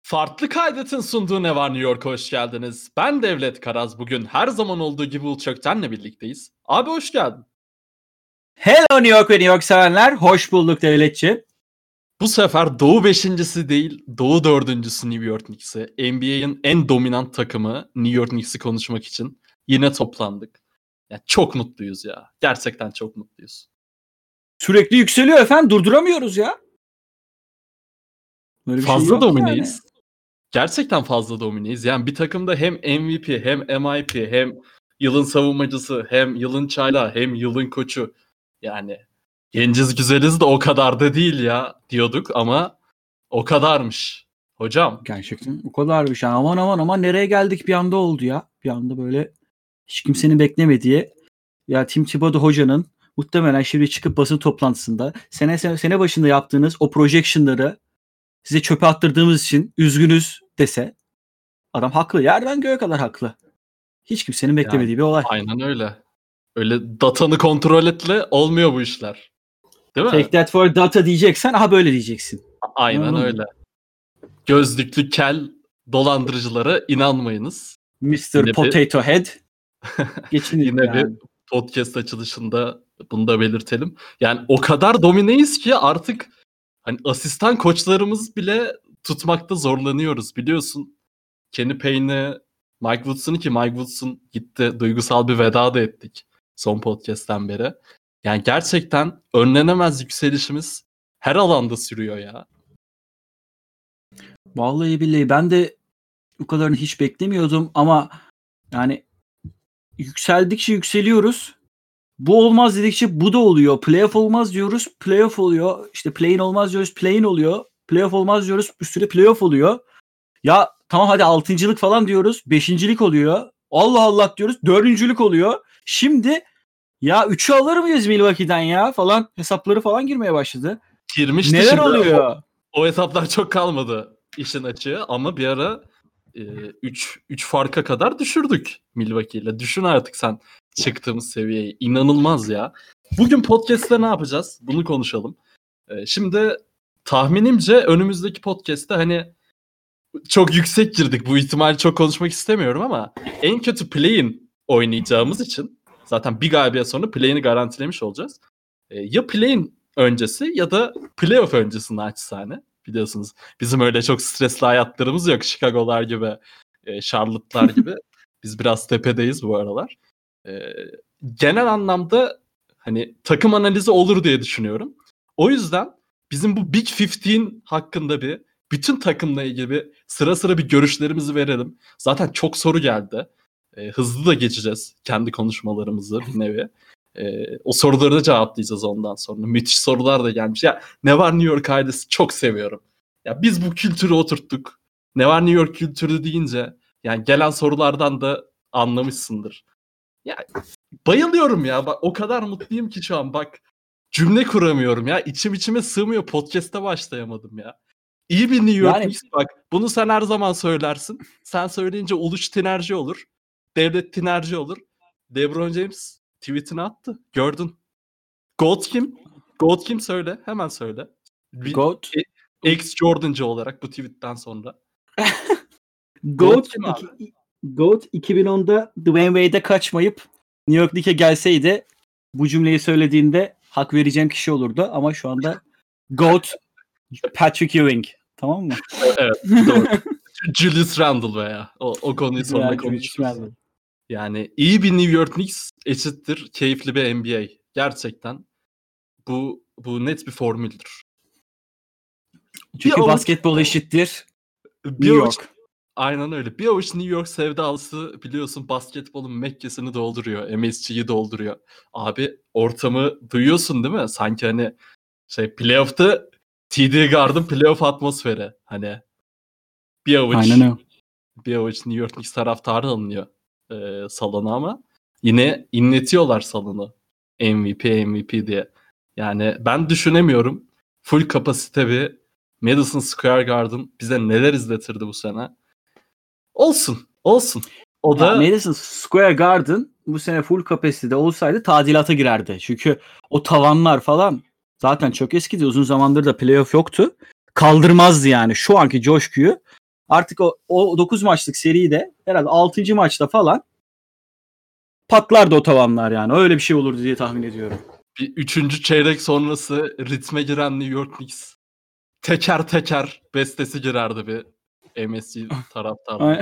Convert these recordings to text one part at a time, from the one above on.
Farklı Kaydet'in sunduğu Ne Var New York'a hoş geldiniz. Ben Devlet Karaz. Bugün her zaman olduğu gibi Ulçökten'le birlikteyiz. Abi hoş geldin. Hello New York ve New York sevenler. Hoş bulduk Devletçi. Bu sefer Doğu 5.'si değil, Doğu 4.'sü New York Knicks'i. NBA'in en dominant takımı New York Knicks'i konuşmak için yine toplandık. Ya çok mutluyuz ya. Gerçekten çok mutluyuz. Sürekli yükseliyor efendim. Durduramıyoruz ya. Böyle fazla domineyiz. Yani. Gerçekten fazla domineyiz. Yani bir takımda hem MVP, hem MIP, hem yılın savunmacısı, hem yılın çaylağı, hem yılın koçu. Yani genciz güzeliz de o kadar da değil ya diyorduk ama o kadarmış. Hocam. Gerçekten o kadarmış. Yani aman nereye geldik bir anda oldu ya. Bir anda böyle hiç kimsenin beklemediği. Ya Tim Thibodeau hocanın muhtemelen şimdi çıkıp basın toplantısında sene başında yaptığınız o projection'ları size çöpe attırdığımız için üzgünüz dese adam haklı. Yerden göğe kadar haklı. Hiç kimsenin beklemediği bir olay. Aynen öyle. Öyle datanı kontrol etle olmuyor bu işler. Değil mi? Take that for data diyeceksen böyle diyeceksin. Aynen öyle. Gözlüklü kel dolandırıcılara inanmayınız. Mr. Potato Head. Geçin yine yani. Bir podcast açılışında bunu da belirtelim. Yani o kadar domineyiz ki artık hani asistan koçlarımız bile tutmakta zorlanıyoruz. Biliyorsun Kenny Payne'i, Mike Woodson'u ki Mike Woodson gitti. Duygusal bir veda da ettik son podcast'ten beri. Yani gerçekten önlenemez yükselişimiz her alanda sürüyor ya. Vallahi billahi ben de bu kadarını hiç beklemiyordum ama yani yükseldikçe yükseliyoruz. Bu olmaz dedikçe bu da oluyor. Playoff olmaz diyoruz, playoff oluyor. İşte play-in olmaz diyoruz, play-in oluyor. Playoff olmaz diyoruz, üstüne playoff oluyor. Ya tamam hadi 6.'lık falan diyoruz, 5.'lik oluyor. Allah Allah diyoruz, 4.'lük oluyor. Şimdi ya 3'ü alır mıyız Milwaukee'den ya falan hesapları falan girmeye başladı. Girmişti. Neler oluyor? O hesaplar çok kalmadı işin açığı ama bir ara 3 farka kadar düşürdük Milwaukee ile. Düşün artık sen çıktığımız seviyeyi. İnanılmaz ya. Bugün podcast'te ne yapacağız? Bunu konuşalım. Şimdi tahminimce önümüzdeki podcast'te hani çok yüksek girdik. Bu ihtimali çok konuşmak istemiyorum ama en kötü play-in oynayacağımız için zaten bir galibiyet sonra play-in'i garantilemiş olacağız. Ya play-in öncesi ya da playoff öncesi naçizane. Biliyorsunuz bizim öyle çok stresli hayatlarımız yok. Chicago'lar gibi, Charlotte'lar gibi. Biz biraz tepedeyiz bu aralar. Genel anlamda hani takım analizi olur diye düşünüyorum. O yüzden bizim bu Big 15 hakkında bütün takımla ilgili sıra bir görüşlerimizi verelim. Zaten çok soru geldi. Hızlı da geçeceğiz kendi konuşmalarımızı bir nevi. O soruları da cevaplayacağız ondan sonra. Müthiş sorular da gelmiş. Ya Ne Var New York ailesi çok seviyorum. Ya biz bu kültürü oturttuk. Ne Var New York kültürü deyince yani gelen sorulardan da anlamışsındır. Ya bayılıyorum ya. Bak o kadar mutluyum ki şu an bak. Cümle kuramıyorum ya. İçime sığmıyor. Podcast'a başlayamadım ya. İyi bir New York Knicks bak. Bunu sen her zaman söylersin. Sen söyleyince Uluç Tinerci olur. Devlet Tinerci olur. LeBron James tweetini attı. Gördün. GOAT kim? GOAT kim söyle. Hemen söyle. GOAT? Ex-Jordan'cı olarak bu tweetten sonra. GOAT 2010'da Dwayne Wade'e kaçmayıp New York Knicks'e gelseydi bu cümleyi söylediğinde hak vereceğim kişi olurdu ama şu anda GOAT Patrick Ewing. Tamam mı? Evet. Doğru. Julius Randle veya o konuyu sonra konuşuruz. Yani iyi bir New York Knicks eşittir keyifli bir NBA. Gerçekten bu net bir formüldür. Çünkü basketbol eşittir New York. Aynen öyle. Bir avuç New York sevdalısı biliyorsun basketbolun Mekke'sini dolduruyor. MSG'yi dolduruyor. Abi ortamı duyuyorsun değil mi? Sanki hani playoff'ta TD Garden playoff atmosferi. Hani bir avuç New York Knicks taraftarı alınıyor salona ama yine inletiyorlar salonu. MVP diye. Yani ben düşünemiyorum. Full kapasite bir Madison Square Garden bize neler izletirdi bu sene. Olsun. O da Madison Square Garden bu sene full kapasitede olsaydı tadilata girerdi. Çünkü o tavanlar falan zaten çok eskidi. Uzun zamandır da playoff yoktu. Kaldırmazdı yani. Şu anki coşkuyu Artık o 9 maçlık seride herhalde 6. maçta falan patlardı o tavanlar yani. Öyle bir şey olurdu diye tahmin ediyorum. Bir 3. çeyrek sonrası ritme giren New York Knicks teker teker bestesi girerdi bir MSG taraftarı.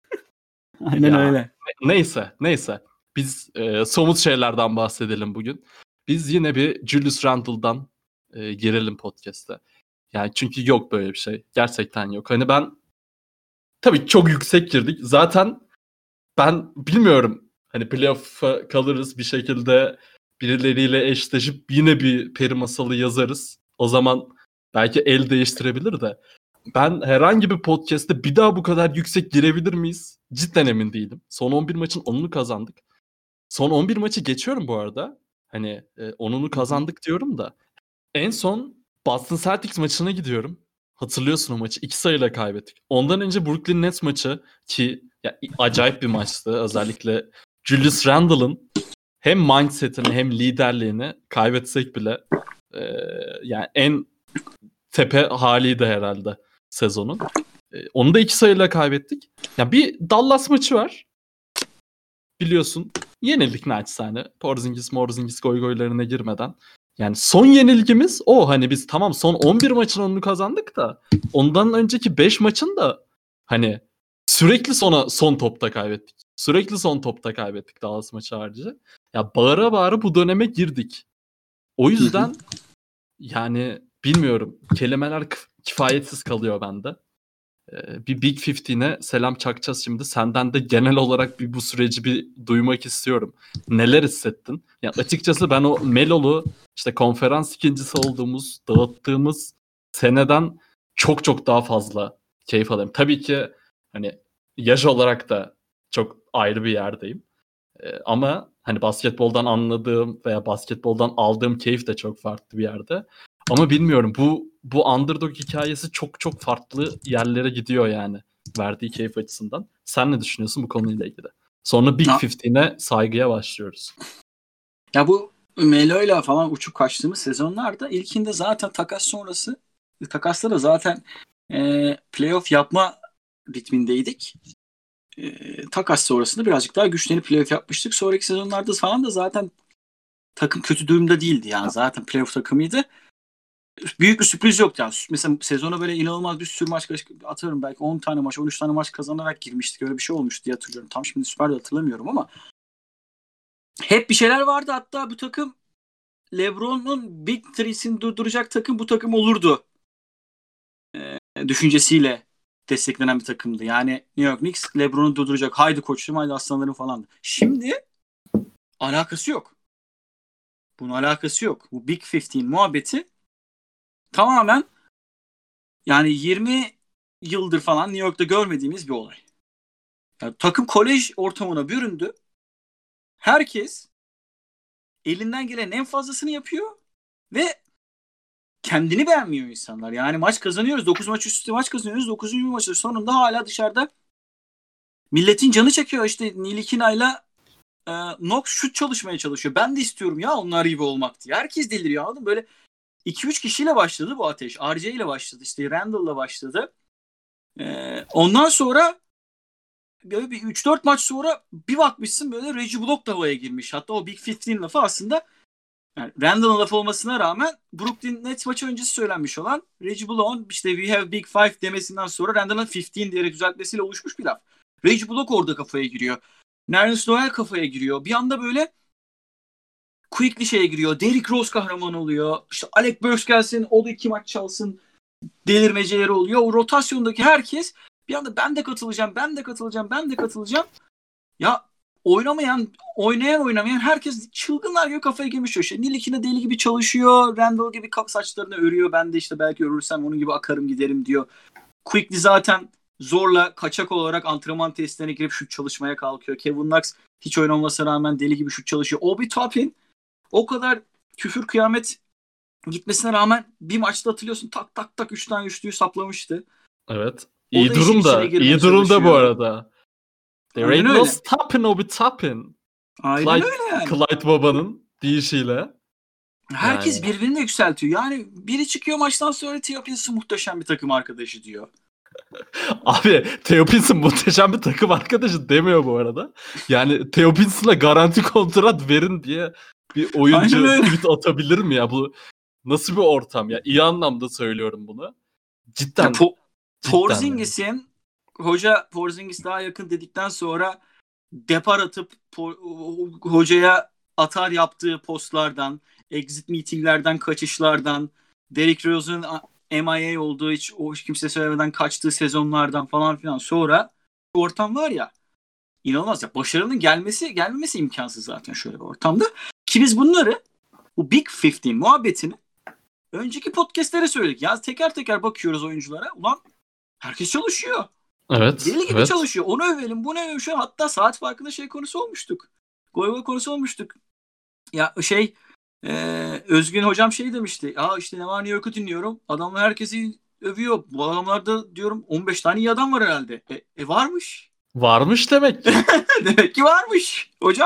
Aynen öyle. Neyse. Biz somut şeylerden bahsedelim bugün. Biz yine bir Julius Randle'dan girelim podcast'te. Yani çünkü yok böyle bir şey. Gerçekten yok. Hani ben tabii çok yüksek girdik. Zaten ben bilmiyorum. Hani playoff'a kalırız bir şekilde birileriyle eşleşip yine bir peri masalı yazarız. O zaman belki el değiştirebilir de. Ben herhangi bir podcast'te bir daha bu kadar yüksek girebilir miyiz? Cidden emin değilim. Son 11 maçın 10'unu kazandık. Son 11 maçı geçiyorum bu arada. Hani 10'unu kazandık diyorum da. En son Boston Celtics maçına gidiyorum. Hatırlıyorsun o maçı. 2 sayıyla kaybettik. Ondan önce Brooklyn Nets maçı ki ya, acayip bir maçtı. Özellikle Julius Randle'ın hem mindset'ini hem liderliğini kaybetsek bile yani en tepe haliydi herhalde sezonun. Onu da 2 sayıyla kaybettik. Ya bir Dallas maçı var. Biliyorsun. Yenildik naçizane. Porzingis goylarına girmeden. Yani son yenilgimiz o. Hani biz tamam son 11 maçın 10'unu kazandık da ondan önceki 5 maçın da hani sürekli son topta kaybettik. Sürekli son topta kaybettik Dallas maçı harici. Ya bağıra bağıra bu döneme girdik. O yüzden yani bilmiyorum. Kelimeler kifayetsiz kalıyor bende. Bir Big 15'e selam çakacağız şimdi. Senden de genel olarak bu süreci bir duymak istiyorum. Neler hissettin? Ya açıkçası ben o Melo'lu işte konferans ikincisi olduğumuz, dağıttığımız seneden çok çok daha fazla keyif alıyorum. Tabii ki hani yaş olarak da çok ayrı bir yerdeyim. Ama hani basketboldan anladığım veya basketboldan aldığım keyif de çok farklı bir yerde. Ama bilmiyorum bu underdog hikayesi çok çok farklı yerlere gidiyor yani verdiği keyif açısından. Sen ne düşünüyorsun bu konuyla ilgili? Sonra Big 15'e saygıya başlıyoruz. Ya bu Melo'yla falan uçup kaçtığımız sezonlarda ilkinde zaten takas sonrası takasla da zaten playoff yapma ritmindeydik. Takas sonrasında birazcık daha güçlenip playoff yapmıştık. Sonraki sezonlarda falan da zaten takım kötü durumda değildi yani. Zaten playoff takımıydı. Büyük bir sürpriz yoktu yani. Mesela sezona böyle inanılmaz bir sürü maç atıyorum belki 10 tane maç, 13 tane maç kazanarak girmiştik. Öyle bir şey olmuştu diye hatırlıyorum. Tam şimdi süper de hatırlamıyorum ama hep bir şeyler vardı. Hatta bu takım LeBron'un Big Three'sini durduracak takım bu takım olurdu. Düşüncesiyle desteklenen bir takımdı. Yani New York Knicks LeBron'u durduracak. Haydi koçum, haydi aslanlarım falan. Şimdi alakası yok. Bunun alakası yok. Bu Big 15 muhabbeti tamamen yani 20 yıldır falan New York'ta görmediğimiz bir olay. Yani takım kolej ortamına büründü. Herkes elinden gelen en fazlasını yapıyor ve kendini beğenmiyor insanlar. Yani maç kazanıyoruz. 9 maç üst üste maç kazanıyoruz. 9. maçın sonunda hala dışarıda milletin canı çekiyor. İşte Nilikina'yla Knox şut çalışmaya çalışıyor. Ben de istiyorum ya onlar gibi olmak diye. Herkes deliriyor, anladın mı? Böyle 2-3 kişiyle başladı bu ateş. RJ ile başladı. İşte Randall'la başladı. Ondan sonra böyle bir 3-4 maç sonra bir bakmışsın böyle Reggie Bullock da havaya girmiş. Hatta o Big 15 lafı aslında yani Randall'ın lafı olmasına rağmen Brooklyn Nets maçı öncesi söylenmiş olan Reggie Bullock'un işte we have Big Five demesinden sonra Randall'ın 15 diyerek düzeltmesiyle oluşmuş bir laf. Reggie Bullock orada kafaya giriyor. Nerlens Noel kafaya giriyor. Bir anda böyle Quickly şeye giriyor. Derrick Rose kahraman oluyor. İşte Alec Burks gelsin, o da 2 maç çalsın. Delirmeceleri oluyor. O rotasyondaki herkes bir anda ben de katılacağım. Ya oynamayan herkes çılgınlar gibi kafaya girmiş. İşte Nilikin'e deli gibi çalışıyor. Randall gibi saçlarını örüyor. Ben de işte belki örürsem onun gibi akarım giderim diyor. Quickly zaten zorla kaçak olarak antrenman testlerine girip şut çalışmaya kalkıyor. Kevin Knox hiç oynamamasına rağmen deli gibi şut çalışıyor. Obi Toppin o kadar küfür kıyamet gitmesine rağmen bir maçta hatırlıyorsun tak tak tak 3 tane üçlüyü saplamıştı. Evet. O İyi da durumda. İyi durumda bu arada. There ain't no stopping Obi Toppin. Aynen öyle yani. Clyde Baba'nın deyişiyle. Herkes birbirini yükseltiyor. Yani biri çıkıyor maçtan sonra Theo Pinson muhteşem bir takım arkadaşı diyor. Abi Theo Pinson muhteşem bir takım arkadaşı demiyor bu arada. Yani Theo Pinson'a garanti kontrat verin diye bir oyuncu Aynen öyle. tweet atabilir mi ya? Bu nasıl bir ortam ya? İyi anlamda söylüyorum bunu. Ya Cidden. Porzingis'in hoca Porzingis daha yakın dedikten sonra depar atıp hocaya atar yaptığı postlardan, exit meetinglerden, kaçışlardan, Derrick Rose'un MIA olduğu hiç kimse söylemeden kaçtığı sezonlardan falan filan sonra ortam var ya, inanılmaz ya, başarının gelmemesi imkansız zaten şöyle bir ortamda. Ki biz bunları, bu Big 15 muhabbetini önceki podcastlere söyledik. Ya teker teker bakıyoruz oyunculara. Ulan herkes çalışıyor. Evet. Deli gibi evet. çalışıyor. Onu övelim, bunu övelim. Şu hatta saat farkında konusu olmuştuk. Gol konusu olmuştuk. Ya Özgün hocam demişti. Ya işte ne var New York'u dinliyorum. Adamlar herkesi övüyor. Bu adamlarda diyorum 15 tane iyi adam var herhalde. Varmış. Varmış demek ki. Demek ki varmış hocam.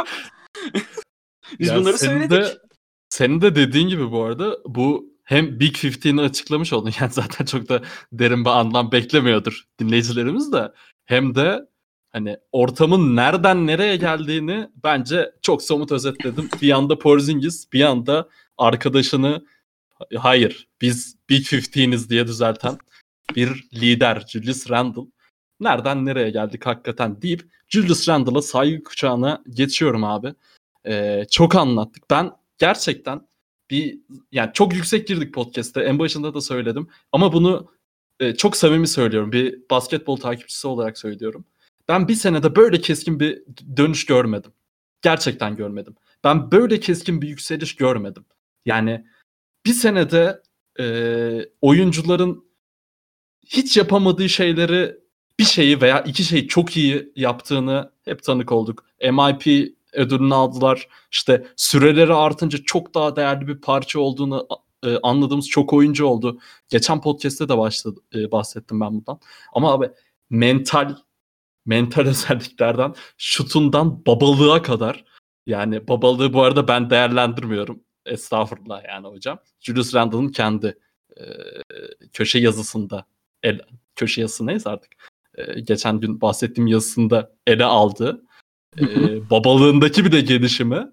Biz Ya bunları söyledik. Senin de dediğin gibi bu arada bu hem Big 15'i açıklamış oldun. Yani zaten çok da derin bir anlam beklemiyordur dinleyicilerimiz de. Hem de hani ortamın nereden nereye geldiğini bence çok somut özetledim. Bir yanda Porzingis, bir yanda arkadaşını hayır biz Big 15'iz diye düzelten bir lider Julius Randle. Nereden nereye geldik hakikaten deyip Julius Randle'a saygı kuşağına geçiyorum abi. Çok anlattık. Ben gerçekten yani çok yüksek girdik podcast'te. En başında da söyledim. Ama bunu çok samimi söylüyorum. Bir basketbol takipçisi olarak söylüyorum. Ben bir senede böyle keskin bir dönüş görmedim. Gerçekten görmedim. Ben böyle keskin bir yükseliş görmedim. Yani bir senede oyuncuların hiç yapamadığı bir şeyi veya iki şeyi çok iyi yaptığını hep tanık olduk. MIP ödülünü aldılar. İşte süreleri artınca çok daha değerli bir parça olduğunu anladığımız çok oyuncu oldu. Geçen podcast'te de bahsettim ben bundan. Ama abi mental özelliklerden, şutundan babalığa kadar, yani babalığı bu arada ben değerlendirmiyorum. Estağfurullah yani hocam. Julius Randle'ın kendi köşe yazısında köşe yazısı neyse artık geçen gün bahsettiğim yazısında ele aldı. Babalığındaki bir de gelişimi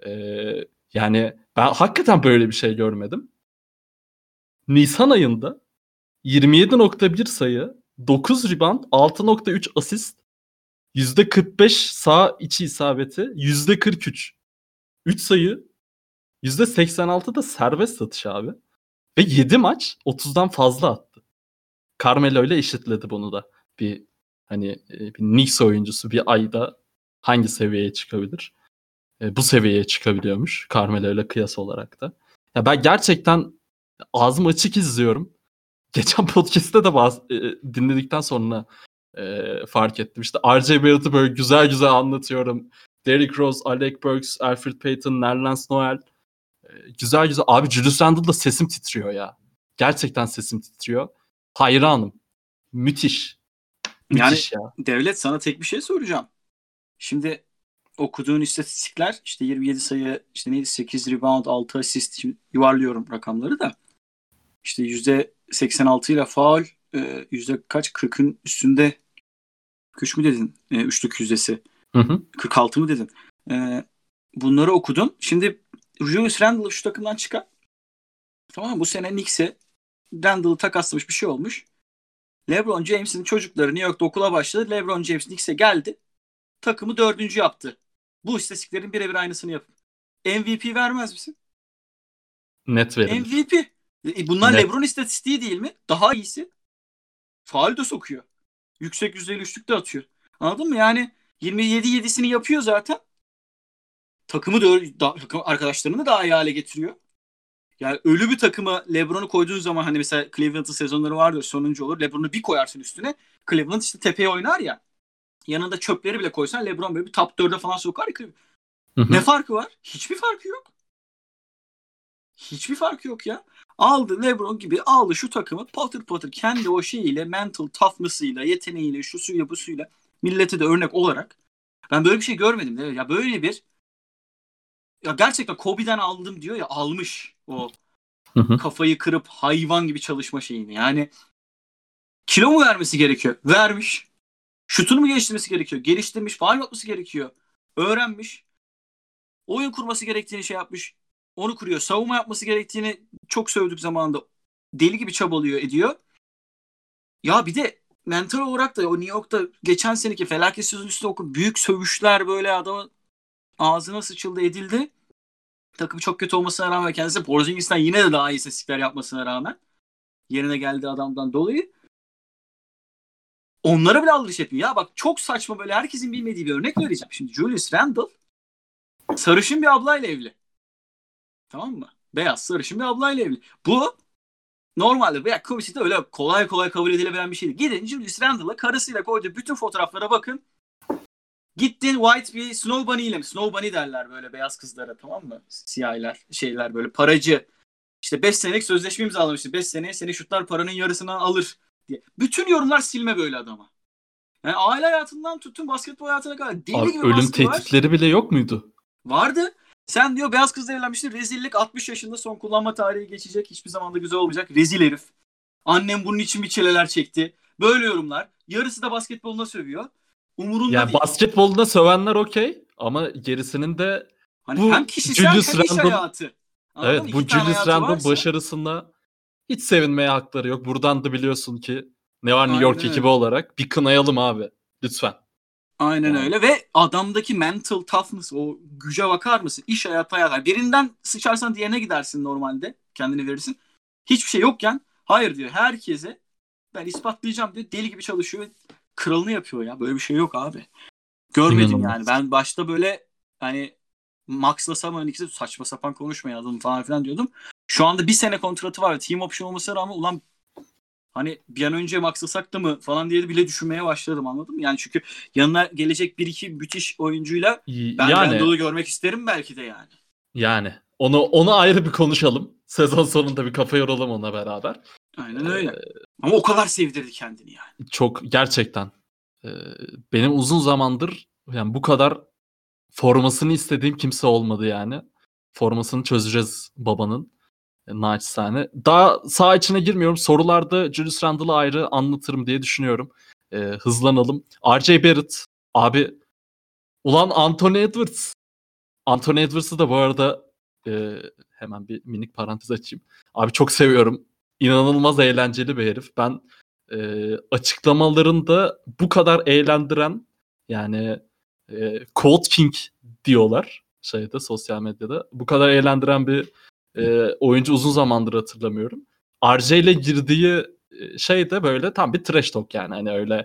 yani ben hakikaten böyle bir şey görmedim. Nisan ayında 27.1 sayı, 9 rebound, 6.3 asist, %45 sağ içi isabeti, %43 3 sayı, %86 da serbest atış abi. Ve 7 maç 30'dan fazla attı. Carmelo ile eşitledi bunu da. Bir Knicks oyuncusu bir ayda hangi seviyeye çıkabilir? Bu seviyeye çıkabiliyormuş Carmelo ile kıyas olarak da. Ya ben gerçekten ağzım açık izliyorum. Geçen podcast'te de dinledikten sonra fark ettim. İşte R.J. Barrett'ı böyle güzel güzel anlatıyorum. Derrick Rose, Alec Burks, Alfred Payton, Nerlens Noel. Güzel güzel. Abi Julius Randle'da sesim titriyor ya. Gerçekten sesim titriyor. Hayranım. Müthiş. Müthiş Yani ya. Devlet, sana tek bir şey soracağım. Şimdi okuduğun istatistikler işte 27 sayı, işte neydi, 8 rebound, 6 asist, şimdi yuvarlıyorum rakamları da. İşte %86 ile faul, yüzde kaç, 40'ın üstünde, 43 mü dedin? Üçlük yüzdesi. Hı. 46 mı dedin? Bunları okudun. Şimdi Julius Randle şu takımdan çıkar. Tamam mı? Bu sene Knicks'e Randle'ı takaslamış, bir şey olmuş. LeBron James'in çocukları New York'ta okula başladı. LeBron James Knicks'e geldi. Takımı 4. yaptı. Bu istatistiklerin birebir aynısını yapın. MVP vermez misin? Net verilir. MVP. Bunlar Net. LeBron istatistiği değil mi? Daha iyisi. Faul de sokuyor. Yüksek yüzdeli üçlük de atıyor. Anladın mı? Yani 27-7'sini yapıyor zaten. Takımı takım arkadaşlarını daha iyi hale getiriyor. Yani ölü bir takıma LeBron'u koyduğun zaman, hani mesela Cleveland'ın sezonları vardır, sonuncu olur. LeBron'u bir koyarsın üstüne. Cleveland işte tepeye oynar ya. Yanında çöpleri bile koysan LeBron böyle bir top 4'e falan sokar ya. Hı. Ne farkı var? Hiçbir farkı yok. Hiçbir farkı yok ya. Aldı LeBron gibi, aldı şu takımı patır patır kendi o şeyiyle, mental toughness'ıyla, yeteneğiyle, şu suyla bu suyla millete de örnek olarak. Ben böyle bir şey görmedim. Değil mi? Ya böyle bir, ya gerçekten Kobe'den aldım diyor ya, almış o Hı. kafayı kırıp hayvan gibi çalışma şeyini. Yani Kilo mu vermesi gerekiyor? Vermiş. Şutunu mu geliştirmesi gerekiyor? Geliştirmiş. Faul atması gerekiyor. Öğrenmiş. Oyun kurması gerektiğini şey yapmış. Onu kuruyor. Savunma yapması gerektiğini çok sövdük zamanında. Deli gibi çabalıyor, ediyor. Ya bir de mental olarak da o New York'ta geçen seneki felaket sezon üstüne okun büyük sövüşler böyle adamın ağzına sıçıldı edildi. Takım çok kötü olmasına rağmen kendisi Porzingis'ten yine de daha iyi istatistikler yapmasına rağmen yerine geldiği adamdan dolayı onlara bile aldırış etmiyor. Ya bak çok saçma böyle herkesin bilmediği bir örnek vereceğim. Şimdi Julius Randle sarışın bir ablayla evli. Tamam mı? Beyaz sarışın bir ablayla evli. Bu normalde veya Covid'de öyle kolay kolay kabul edilebilen bir şeydi. Gidin Julius Randle'la karısıyla koyduğu bütün fotoğraflara bakın. Gittin white bir Snow Bunny ile mi? Snow Bunny derler böyle beyaz kızlara, tamam mı? Siyahiler, şeyler böyle paracı. İşte 5 senelik sözleşme imzalamıştı. 5 seneye seni şutlar paranın yarısından alır diye. Bütün yorumlar silme böyle adama. Yani aile hayatından tutun basketbol hayatına kadar deli Abi, gibi ölüm baskı var. tehditleri bile yok muydu? Vardı. Sen diyor beyaz kızla evlenmiştin. Rezillik, 60 yaşında son kullanma tarihi geçecek. Hiçbir zaman da güzel olmayacak. Rezil herif. Annem bunun için bir çileler çekti. Böyle yorumlar. Yarısı da basketboluna sövüyor. Umurunda Yani değil. basketbolda sövenler okey ama gerisinin de Hani bu hem kişisel Julius hem iş Randle, hayatı. Anladın evet mı? bu İki tane Julius hayatı Randle varsa. başarısında hiç sevinmeye hakları yok. Buradan da biliyorsun ki ne var New Aynen York öyle. ekibi olarak bir kınayalım abi. Lütfen. Aynen Yani. öyle ve adamdaki mental toughness, o güce bakar mısın? İş hayatı hayat. Birinden sıçarsan diğerine gidersin normalde. Kendini verirsin. Hiçbir şey yokken hayır diyor. Herkese ben ispatlayacağım diyor. Deli gibi çalışıyor ve kralını yapıyor ya. Böyle bir şey yok abi. Görmedim İnanılmaz. yani. Ben başta böyle hani Max'la Saman'ın ikisi saçma sapan konuşmayın adam falan filan diyordum. Şu anda bir sene kontratı var ve team option olmasına rağmen ulan hani bir an önce Max'lasak da mı falan diye de bile düşünmeye başladım, anladın mı? Yani çünkü yanına gelecek bir iki müthiş oyuncuyla ben Yani Randall'ı görmek isterim belki de yani. yani onu ayrı bir konuşalım. Sezon sonunda bir kafa yoralım ona beraber. Aynen öyle. Ama o kadar sevdirdi kendini yani. Çok gerçekten benim uzun zamandır yani bu kadar formasını istediğim kimse olmadı yani. Formasını çözeceğiz babanın. Naçizane. Daha saha içine girmiyorum. Sorularda Julius Randle'ı ayrı anlatırım diye düşünüyorum. Hızlanalım. R.J. Barrett. Abi ulan Anthony Edwards. Anthony Edwards'ı da bu arada hemen bir minik parantez açayım. Abi çok seviyorum. İnanılmaz eğlenceli bir herif. Ben açıklamalarında bu kadar eğlendiren yani Cold King diyorlar sosyal medyada. Bu kadar eğlendiren bir oyuncu uzun zamandır hatırlamıyorum. RJ ile girdiği şey de böyle tam bir trash talk yani. Hani öyle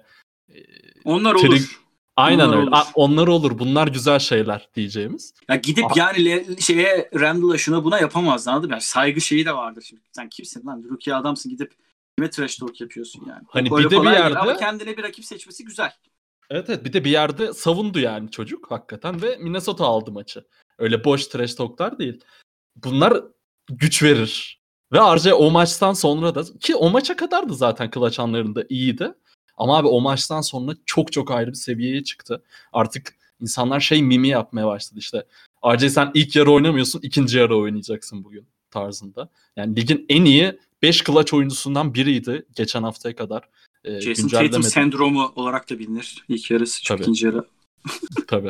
Onlar olur. Aynen Onlar öyle. olur. Onlar olur. Bunlar güzel şeyler diyeceğimiz. Ya gidip yani Randall'a şuna buna yapamaz, anladın mı? Yani saygı şeyi de vardır şimdi. Sen kimsin lan? Rookie adamsın, gidip kime trash talk yapıyorsun yani. Hani öyle bir de bir kolay değil yerde ama kendine bir rakip seçmesi güzel. Evet bir de bir yerde savundu yani çocuk hakikaten ve Minnesota aldı maçı. Öyle boş trash talk'lar değil. Bunlar güç verir. Ve RJ o maçtan sonra da ki o maça kadar da zaten clutch anlarında iyiydi. Ama abi o maçtan sonra çok çok ayrı bir seviyeye çıktı. Artık insanlar mimi yapmaya başladı işte. RJ sen ilk yarı oynamıyorsun, ikinci yarı oynayacaksın bugün tarzında. Yani ligin en iyi 5 clutch oyuncusundan biriydi geçen haftaya kadar. Jason Tatum sendromu olarak da bilinir. İlk yarısı, çünkü ikinci yarı. Tabii.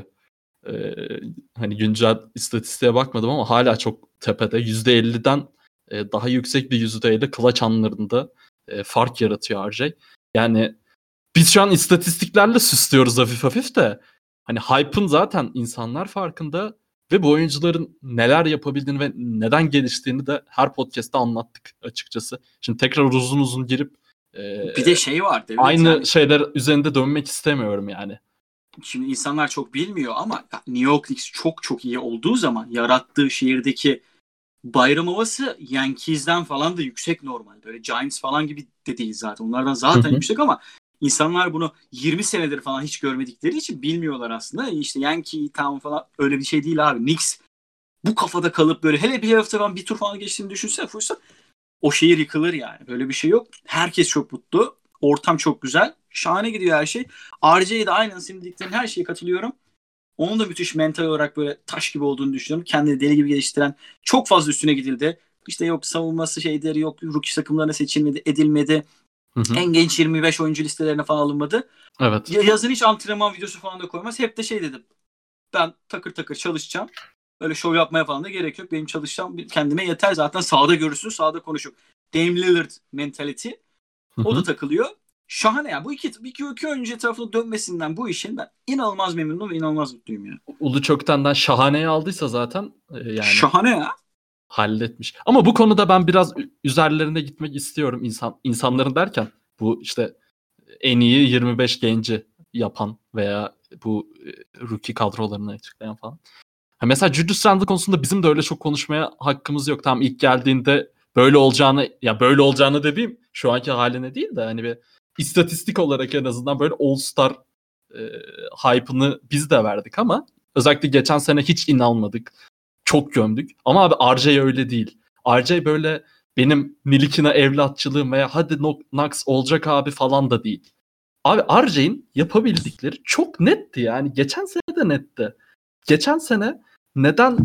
Hani güncel istatistiğe bakmadım ama hala çok tepede. %50'den daha yüksek bir %50 clutch anlarında fark yaratıyor RJ. Yani biz şu an istatistiklerle süslüyoruz hafif hafif de hani hype'ın zaten insanlar farkında ve bu oyuncuların neler yapabildiğini ve neden geliştiğini de her podcast'ta anlattık açıkçası. Şimdi tekrar uzun uzun girip bir de şey var. Evet, aynı yani şeyler üzerinde dönmek istemiyorum yani. Şimdi insanlar çok bilmiyor ama New York Knicks çok çok iyi olduğu zaman yarattığı şehirdeki bayram havası Yankees'den falan da yüksek normalde. Öyle Giants falan gibi de değil zaten. Onlardan zaten yüksek ama insanlar bunu 20 senedir falan hiç görmedikleri için bilmiyorlar aslında. İşte Yankee Town falan öyle bir şey değil abi. Knicks bu kafada kalıp böyle hele bir hafta falan bir tur falan geçtiğini düşünsene Fursa. O şehir yıkılır yani. Böyle bir şey yok. Herkes çok mutlu. Ortam çok güzel. Şahane gidiyor her şey. RJ'ye de aynen senin dediklerin her şeye katılıyorum. Onun da müthiş mental olarak böyle taş gibi olduğunu düşünüyorum. Kendini deli gibi geliştiren, çok fazla üstüne gidildi. İşte yok savunması şeyleri yok, rookie takımlarına seçilmedi, edilmedi. En genç 25 oyuncu listelerine falan alınmadı. Evet. Yazın hiç antrenman videosu falan da koymaz. Hep de şey dedim. Ben takır takır çalışacağım. Öyle şov yapmaya falan da gerek yok. Benim çalışacağım kendime yeter. Zaten sahada görürsün, sahada konuşur. Dame Lillard mentality. O da takılıyor. Şahane ya. Bu iki oyuncu etrafında dönmesinden bu işin ben inanılmaz memnunum ve inanılmaz mutluyum ya. Ulu Çoktan'dan Şahane'yi aldıysa zaten yani şahane ya. halletmiş. Ama bu konuda ben biraz üzerlerine gitmek istiyorum insanların derken bu işte en iyi 25 genci yapan veya bu rookie kadrolarını açıklayan falan. Mesela Julius Randle konusunda bizim de öyle çok konuşmaya hakkımız yok. Tam ilk geldiğinde böyle olacağını dediğim şu anki haline değil de hani bir istatistik olarak en azından böyle All-Star hype'ını biz de verdik ama özellikle geçen sene hiç inanmadık. Çok gömdük. Ama abi RJ öyle değil. RJ böyle benim Nilikina evlatçılığım veya hadi Knox olacak abi falan da değil. Abi RJ'in yapabildikleri çok netti yani. Geçen sene de netti. Geçen sene neden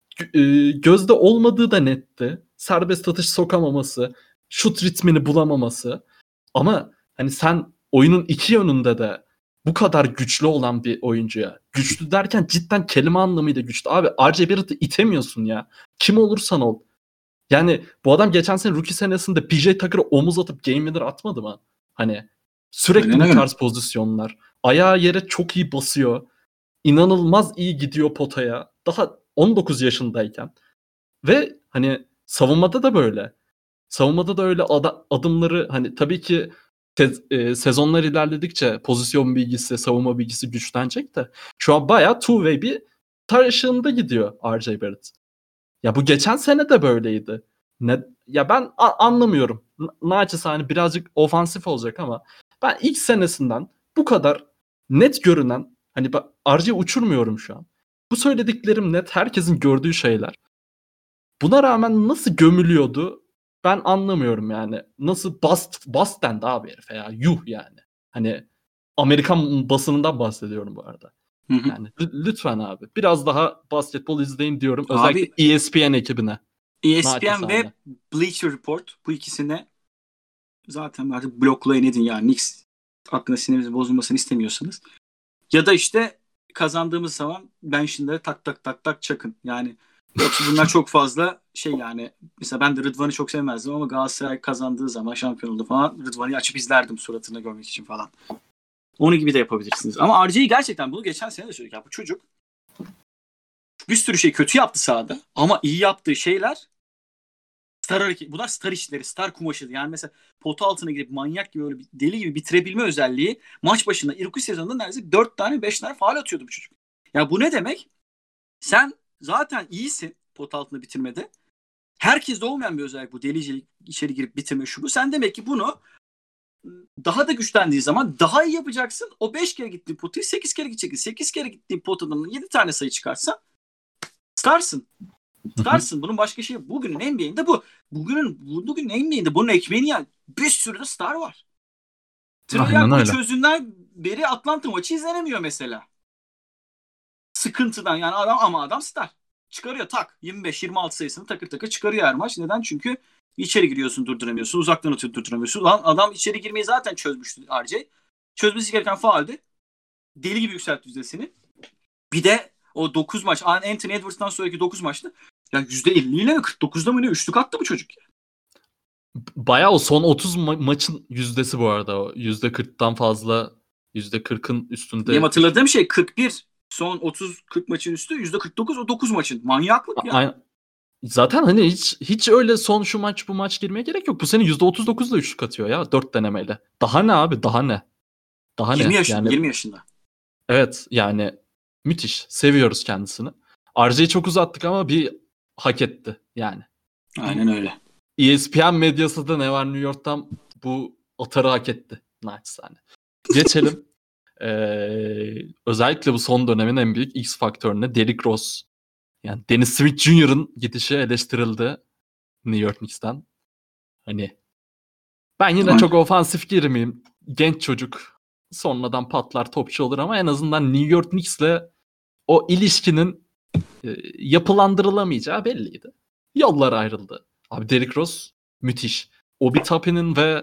gözde olmadığı da netti. Serbest atış sokamaması, şut ritmini bulamaması. Ama hani sen oyunun iki yönünde de bu kadar güçlü olan bir oyuncuya, güçlü derken cidden kelime anlamıyla güçlü. Abi R.J. Barrett'ı itemiyorsun ya. Kim olursan ol. Yani bu adam geçen sene rookie senesinde PJ Tucker'a omuz atıp game winner atmadı mı? Hani sürekli bu tarz pozisyonlar. Ayağı yere çok iyi basıyor. İnanılmaz iyi gidiyor potaya. Daha 19 yaşındayken. Ve hani savunmada da böyle. Savunmada da öyle adımları hani tabii ki sezonlar ilerledikçe pozisyon bilgisi, savunma bilgisi güçlenecek de şu an bayağı two-way bir taşığında gidiyor R.J. Barrett. Ya bu geçen sene de böyleydi. Ya ben anlamıyorum. Naçizane birazcık ofansif olacak ama ben ilk senesinden bu kadar net görünen hani RJ uçurmuyorum şu an. Bu söylediklerim net herkesin gördüğü şeyler. Buna rağmen nasıl gömülüyordu ben anlamıyorum yani. Nasıl bast dendi abi herife ya. Yuh yani. Hani Amerikan basınından bahsediyorum bu arada. Yani lütfen abi. Biraz daha basketbol izleyin diyorum. Özellikle Abi, ESPN ekibine. ESPN ve Bleacher Report bu ikisine zaten artık bloklayın edin yani. Knicks aklına sinirinizi bozulmasını istemiyorsanız. Ya da işte kazandığımız zaman bench'inde tak tak tak tak çakın. Yani yoksa bunlar çok fazla şey yani. Mesela ben de Rıdvan'ı çok sevmezdim ama Galatasaray kazandığı zaman şampiyon oldu falan. Rıdvan'ı açıp izlerdim suratını görmek için falan. Onu gibi de yapabilirsiniz. Ama RJ'yi gerçekten bunu geçen sene de söyledik. Ya bu çocuk bir sürü şey kötü yaptı sahada ama iyi yaptığı şeyler star hareket. Bunlar star işleri, star kumaşı. Yani mesela pota altına girip manyak gibi böyle deli gibi bitirebilme özelliği maç başında ilk sezonunda neredeyse 4 tane 5 tane faul atıyordu bu çocuk. Ya bu ne demek? Sen zaten iyisin pota altında bitirmede. Herkeste olmayan bir özellik bu delicilik, içeri girip bitirme şu bu. Sen demek ki bunu daha da güçlendiği zaman daha iyi yapacaksın. O 5 kere gittiğin potayı 8 kere gideceksin. 8 kere gittiğin potadan 7 tane sayı çıkarsa starsın. Starsın. Bunun başka şeyi yok. Bugünün NBA'inde bu. Bugünün NBA'inde bunun ekmeğini yani bir sürü de star var. Treyarch'ı çözdüğünden beri Atlanta maçı izlenemiyor mesela. Sıkıntıdan yani adam star. Çıkarıyor tak. 25-26 sayısını takır takır çıkarıyor her maç. Neden? Çünkü içeri giriyorsun durduramıyorsun. Uzaktan atıyor durduramıyorsun. Lan adam içeri girmeyi zaten çözmüştü RJ. Çözmesi gereken faaldi. Deli gibi yükseltti yüzdesini. Bir de o 9 maç. Anthony Edwards'tan sonraki 9 maçta ya %50 ile mi 49'da mı ne üçlük attı bu çocuk. Bayağı o son 30 maçın yüzdesi bu arada. O %40'tan fazla %40'ın üstünde. Benim hatırladığım şey 41 son 30-40 maçın üstü %49 o 9 maçın. Manyaklık ya. Zaten hani hiç öyle son şu maç bu maç girmeye gerek yok. Bu sene %39'da üçlük atıyor ya 4 denemeyle. Daha ne abi daha ne? Daha 20 ne? yaşında, yani, 20 yaşında. Evet yani müthiş. Seviyoruz kendisini. RJ'yi çok uzattık ama bir hak etti yani. Aynen öyle. ESPN medyası da ne var New York'tan bu atarı hak etti. Naçizane. Geçelim. Özellikle bu son dönemin en büyük X faktörüne Derrick Rose. Yani Dennis Smith Jr.'ın gidişi eleştirildi New York Knicks'ten. Hani ben yine çok ofansif girmeyeyim. Genç çocuk sonradan patlar topçu olur ama en azından New York Knicks'le o ilişkinin yapılandırılamayacağı belliydi. Yollar ayrıldı. Abi Derrick Rose müthiş. Obi Toppin'in ve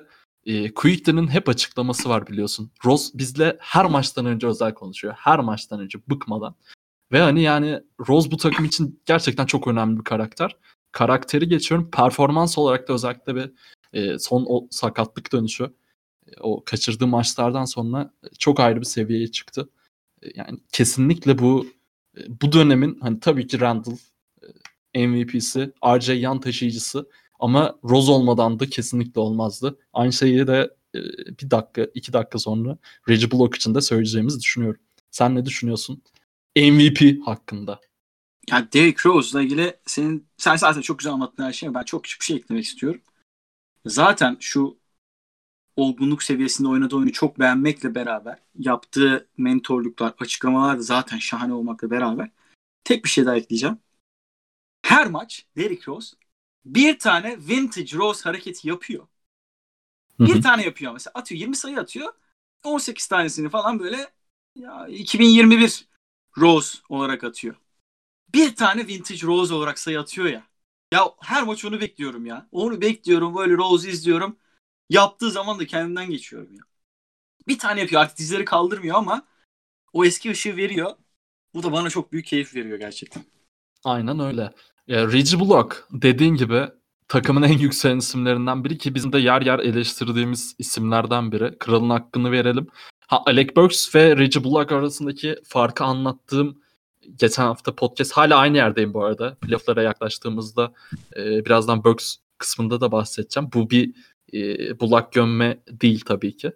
Quickly'nin hep açıklaması var biliyorsun. Rose bizle her maçtan önce özel konuşuyor. Her maçtan önce bıkmadan. Ve hani yani Rose bu takım için gerçekten çok önemli bir karakter. Karakteri geçiyorum. Performans olarak da özellikle bir son o sakatlık dönüşü, o kaçırdığı maçlardan sonra çok ayrı bir seviyeye çıktı. Yani kesinlikle bu dönemin hani tabii ki Randall MVP'si, RJ yan taşıyıcısı ama Rose olmadan da kesinlikle olmazdı. Aynı şeyi de bir dakika, 2 dakika sonra Reggie Bullock için de söyleyeceğimizi düşünüyorum. Sen ne düşünüyorsun MVP hakkında? Yani Derrick Rose'la ilgili sen zaten çok güzel anlattın her şeyi. Ben çok küçük bir şey eklemek istiyorum. Zaten şu olgunluk seviyesinde oynadığı oyunu çok beğenmekle beraber yaptığı mentorluklar, açıklamalar da zaten şahane olmakla beraber tek bir şey daha ekleyeceğim. Her maç Derrick Rose bir tane vintage Rose hareketi yapıyor. Bir tane yapıyor mesela. Atıyor 20 sayı atıyor. 18 tanesini falan böyle ya 2021 Rose olarak atıyor. Bir tane vintage Rose olarak sayı atıyor ya. Ya her maç onu bekliyorum ya. Onu bekliyorum, böyle Rose izliyorum. Yaptığı zaman da kendimden geçiyorum ya. Bir tane yapıyor, artık dizleri kaldırmıyor ama o eski ışığı veriyor. Bu da bana çok büyük keyif veriyor gerçekten. Aynen öyle. Reggie Bullock dediğin gibi takımın en yükselen isimlerinden biri ki bizim de yer yer eleştirdiğimiz isimlerden biri. Kralın hakkını verelim. Alec Burks ve Reggie Bullock arasındaki farkı anlattığım geçen hafta podcast, hala aynı yerdeyim bu arada. Playoff'lara yaklaştığımızda birazdan Burks kısmında da bahsedeceğim. Bu bir Bullock gömme değil tabii ki.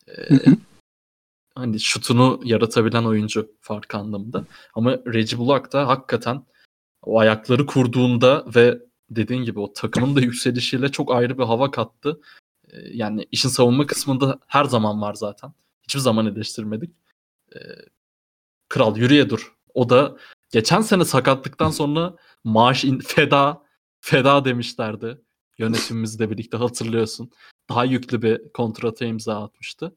Hani şutunu yaratabilen oyuncu farkı anlamında. Ama Reggie Bullock da hakikaten o ayakları kurduğunda ve dediğin gibi o takımın da yükselişiyle çok ayrı bir hava kattı. Yani işin savunma kısmında her zaman var zaten. Hiçbir zaman eleştirmedik. Kral yürüye dur. O da geçen sene sakatlıktan sonra maaş feda demişlerdi. Yönetimimizle birlikte hatırlıyorsun. Daha yüklü bir kontrata imza atmıştı.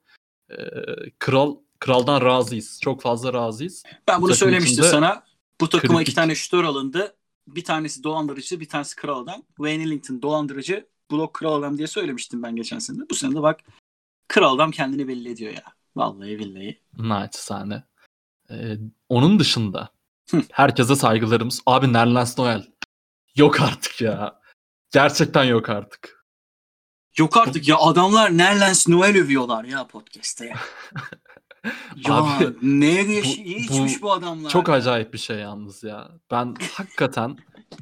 Kraldan razıyız. Çok fazla razıyız. Ben bunu söylemiştim sana. Bu takıma kritik. 2 tane şütör alındı. Bir tanesi dolandırıcı, bir tanesi kral adam. Wayne Ellington dolandırıcı, Bullock kral adam diye söylemiştim ben geçen sene. Bu sene de bak kral adam kendini belli ediyor ya. Vallahi billahi. Naçizane. Onun dışında herkese saygılarımız. Abi Nerlens Noel. Yok artık ya. Gerçekten yok artık. Yok artık ya, adamlar Nerlens Noel övüyorlar ya podcast'te ya. Ya Abi, neye geçmiş bu adamlar? Çok acayip bir şey yalnız ya. Ben hakikaten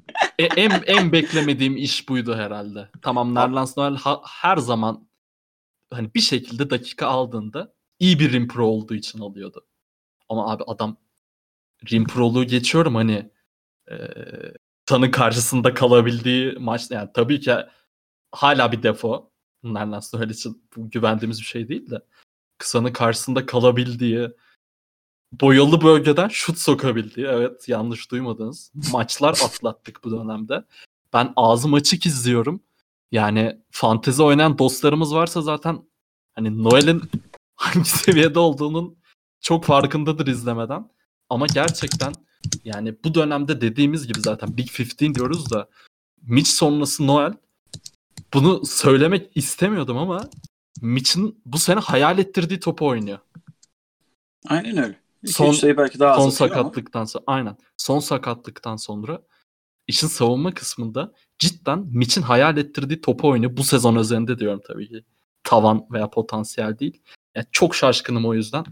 en beklemediğim iş buydu herhalde. Tamam, Nerlens Noel her zaman hani bir şekilde dakika aldığında iyi bir rim pro olduğu için alıyordu. Ama abi adam rim pro'luğu geçiyorum hani Tan'ın karşısında kalabildiği maç, yani tabii ki hala bir defo. Nerlens Noel için bu güvendiğimiz bir şey değil de kısanın karşısında kalabildiği, boyalı bölgeden şut sokabildiği, evet yanlış duymadınız, maçlar atlattık bu dönemde. Ben ağzım açık izliyorum. Yani fantezi oynayan dostlarımız varsa zaten hani Noel'in hangi seviyede olduğunun çok farkındadır izlemeden. Ama gerçekten yani bu dönemde dediğimiz gibi zaten Big 15 diyoruz da Mitch sonrası Noel, bunu söylemek istemiyordum ama Mitch'in bu sene hayal ettirdiği topu oynuyor. Aynen öyle. Son sayı belki daha az sakatlıktan sonra, aynen. Son sakatlıktan sonra işin savunma kısmında cidden Mitch'in hayal ettirdiği topu oynuyor. Bu sezon özelinde diyorum tabii ki. Tavan veya potansiyel değil. Yani çok şaşkınım o yüzden.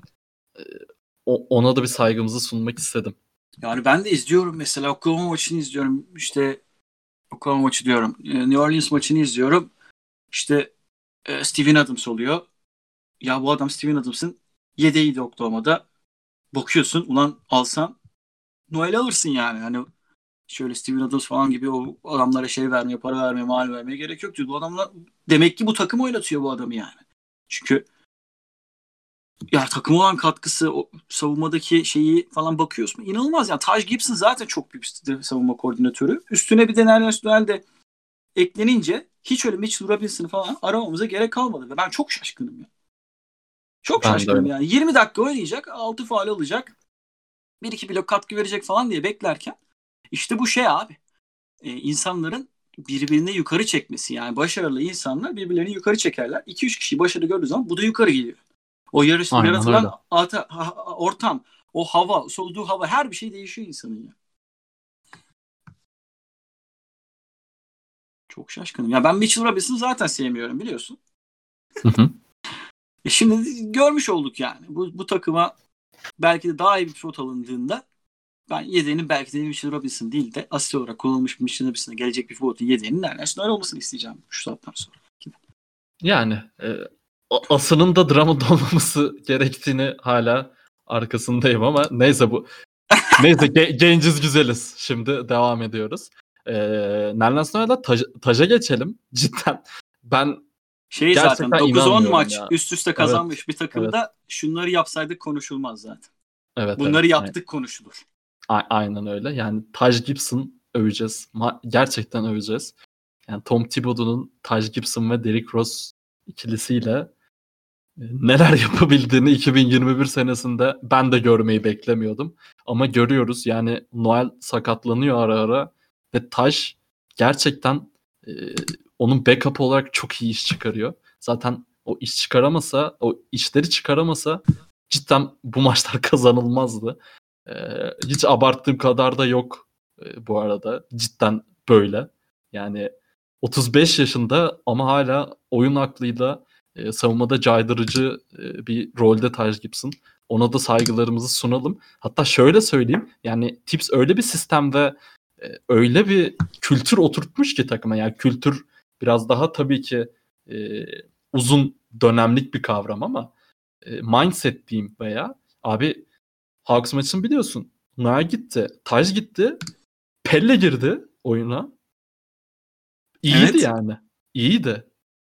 Ona da bir saygımızı sunmak istedim. Yani ben de izliyorum mesela, Oklahoma maçını izliyorum. İşte Oklahoma maçı diyorum. New Orleans maçını izliyorum. İşte Steven Adams oluyor. Ya bu adam Steven Adams'ın yedeğiydi Oklahoma'da. Bakıyorsun ulan alsan Noel alırsın yani. Hani şöyle Steven Adams falan gibi o adamlara şey vermeye, para vermeye, mal vermeye gerek yok diyor. Bu adamlar demek ki bu takım oynatıyor bu adamı yani. Çünkü ya takım olan katkısı, o savunmadaki şeyi falan bakıyorsun. İnanılmaz yani. Taj Gibson zaten çok büyük bir savunma koordinatörü. Üstüne bir de Nerlens Noel de eklenince hiç öyle Mitchell Robinson'ı falan aramamıza gerek kalmadı. Ve ben çok şaşkınım ya. Çok şaşkınım yani. 20 dakika oynayacak, 6 faul alacak, 1-2 blok katkı verecek falan diye beklerken işte bu şey abi. İnsanların birbirine yukarı çekmesi. Yani başarılı insanlar birbirlerini yukarı çekerler. 2-3 kişi başarı gördüğü zaman bu da yukarı geliyor. O Aynen öyle. yaratılan ortam, o hava, soluduğu hava, her bir şey değişiyor insanın ya. Çok şaşkınım. Ya ben Mitchell Robinson'ı zaten sevmiyorum biliyorsun. Hı hı. Şimdi görmüş olduk yani. Bu takıma belki de daha iyi bir pilot alındığında ben yedeğinin belki de Mitchell Robinson değil de asil olarak kullanılmış bir Mitchell Robinson'a gelecek bir pilotun yedeğinin neredeyse öyle olmasını isteyeceğim şu saatten sonra. Yani asının da Drummond olmaması gerektiğini hala arkasındayım ama neyse bu. Neyse genciz güzeliz. Şimdi devam ediyoruz. Nerlens Noel'da taca geçelim. Cidden ben zaten gerçekten 9-10 inanmıyorum maç ya. üst üste kazanmış bir takımda şunları yapsaydık konuşulmaz zaten. Evet, Bunları evet, yaptık konuşulur. Aynen öyle. Yani Taj Gibson öveceğiz. Gerçekten öveceğiz. Yani Tom Thibodeau'nun Taj Gibson ve Derrick Rose ikilisiyle neler yapabildiğini 2021 senesinde ben de görmeyi beklemiyordum. Ama görüyoruz. Yani Noel sakatlanıyor ara ara ve Taj gerçekten onun backup olarak çok iyi iş çıkarıyor. Zaten o işleri çıkaramasa cidden bu maçlar kazanılmazdı. Hiç abarttığım kadar da yok bu arada. Cidden böyle. Yani 35 yaşında ama hala oyun aklıyla savunmada caydırıcı bir rolde Taj Gibson. Ona da saygılarımızı sunalım. Hatta şöyle söyleyeyim. Yani Tips öyle bir sistem ve öyle bir kültür oturtmuş ki takıma. Yani kültür biraz daha tabii ki uzun dönemlik bir kavram ama mindset diyeyim veya abi Hawks maçını biliyorsun. Noel gitti. Taj gitti. Pelle girdi oyuna. İyiydi Evet. yani. İyiydi.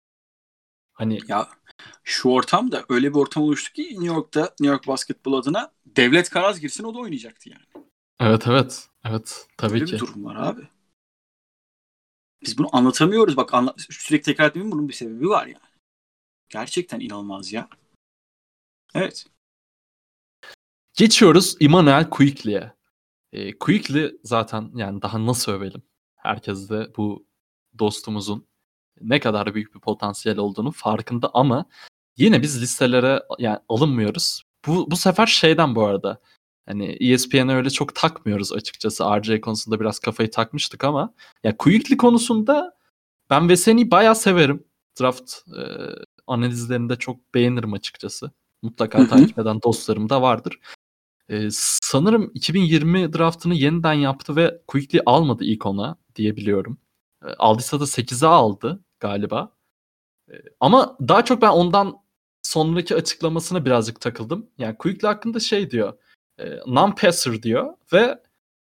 Hani Ya şu ortamda öyle bir ortam oluştu ki New York basketbol adına Devlet Karaz girsin o da oynayacaktı yani. evet. Evet tabii Böyle ki. bir durum var abi. Biz bunu anlatamıyoruz. Bak sürekli tekrar etmemin bunun bir sebebi var yani. Gerçekten inanılmaz ya. Evet. Geçiyoruz Immanuel Quickley'e. Quickley zaten yani daha nasıl övelim? Herkes de bu dostumuzun ne kadar büyük bir potansiyel olduğunu farkında ama yine biz listelere yani alınmıyoruz. Bu sefer şeyden bu arada. Hani ESPN'e öyle çok takmıyoruz açıkçası. RJ konusunda biraz kafayı takmıştık ama ya Quickly konusunda ben Veseli'yi bayağı severim. Draft analizlerini de çok beğenirim açıkçası. Mutlaka takip eden dostlarım da vardır. Sanırım 2020 draftını yeniden yaptı ve Quickly almadı ilk ona diyebiliyorum. Aldıysa da 8'e aldı galiba. Ama daha çok ben ondan sonraki açıklamasına birazcık takıldım. Yani Quickly hakkında şey diyor. Non-passer diyor ve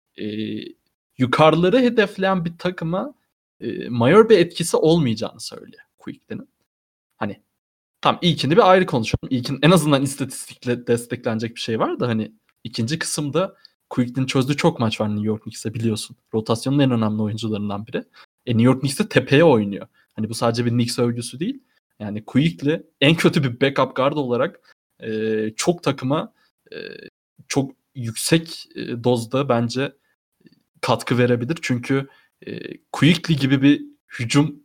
yukarıları hedefleyen bir takıma majör bir etkisi olmayacağını söylüyor Quickly'nin. Hani tam ilkini bir ayrı konuşalım. İlkin en azından istatistikle desteklenecek bir şey var da hani ikinci kısımda Quickly'nin çözdüğü çok maç var New York Knicks'e biliyorsun. Rotasyonun en önemli oyuncularından biri. New York Knicks'te tepeye oynuyor. Hani bu sadece bir Knicks övgüsü değil. Yani Quickly en kötü bir backup guard olarak çok takıma çok yüksek dozda bence katkı verebilir. Çünkü Quickly gibi bir hücum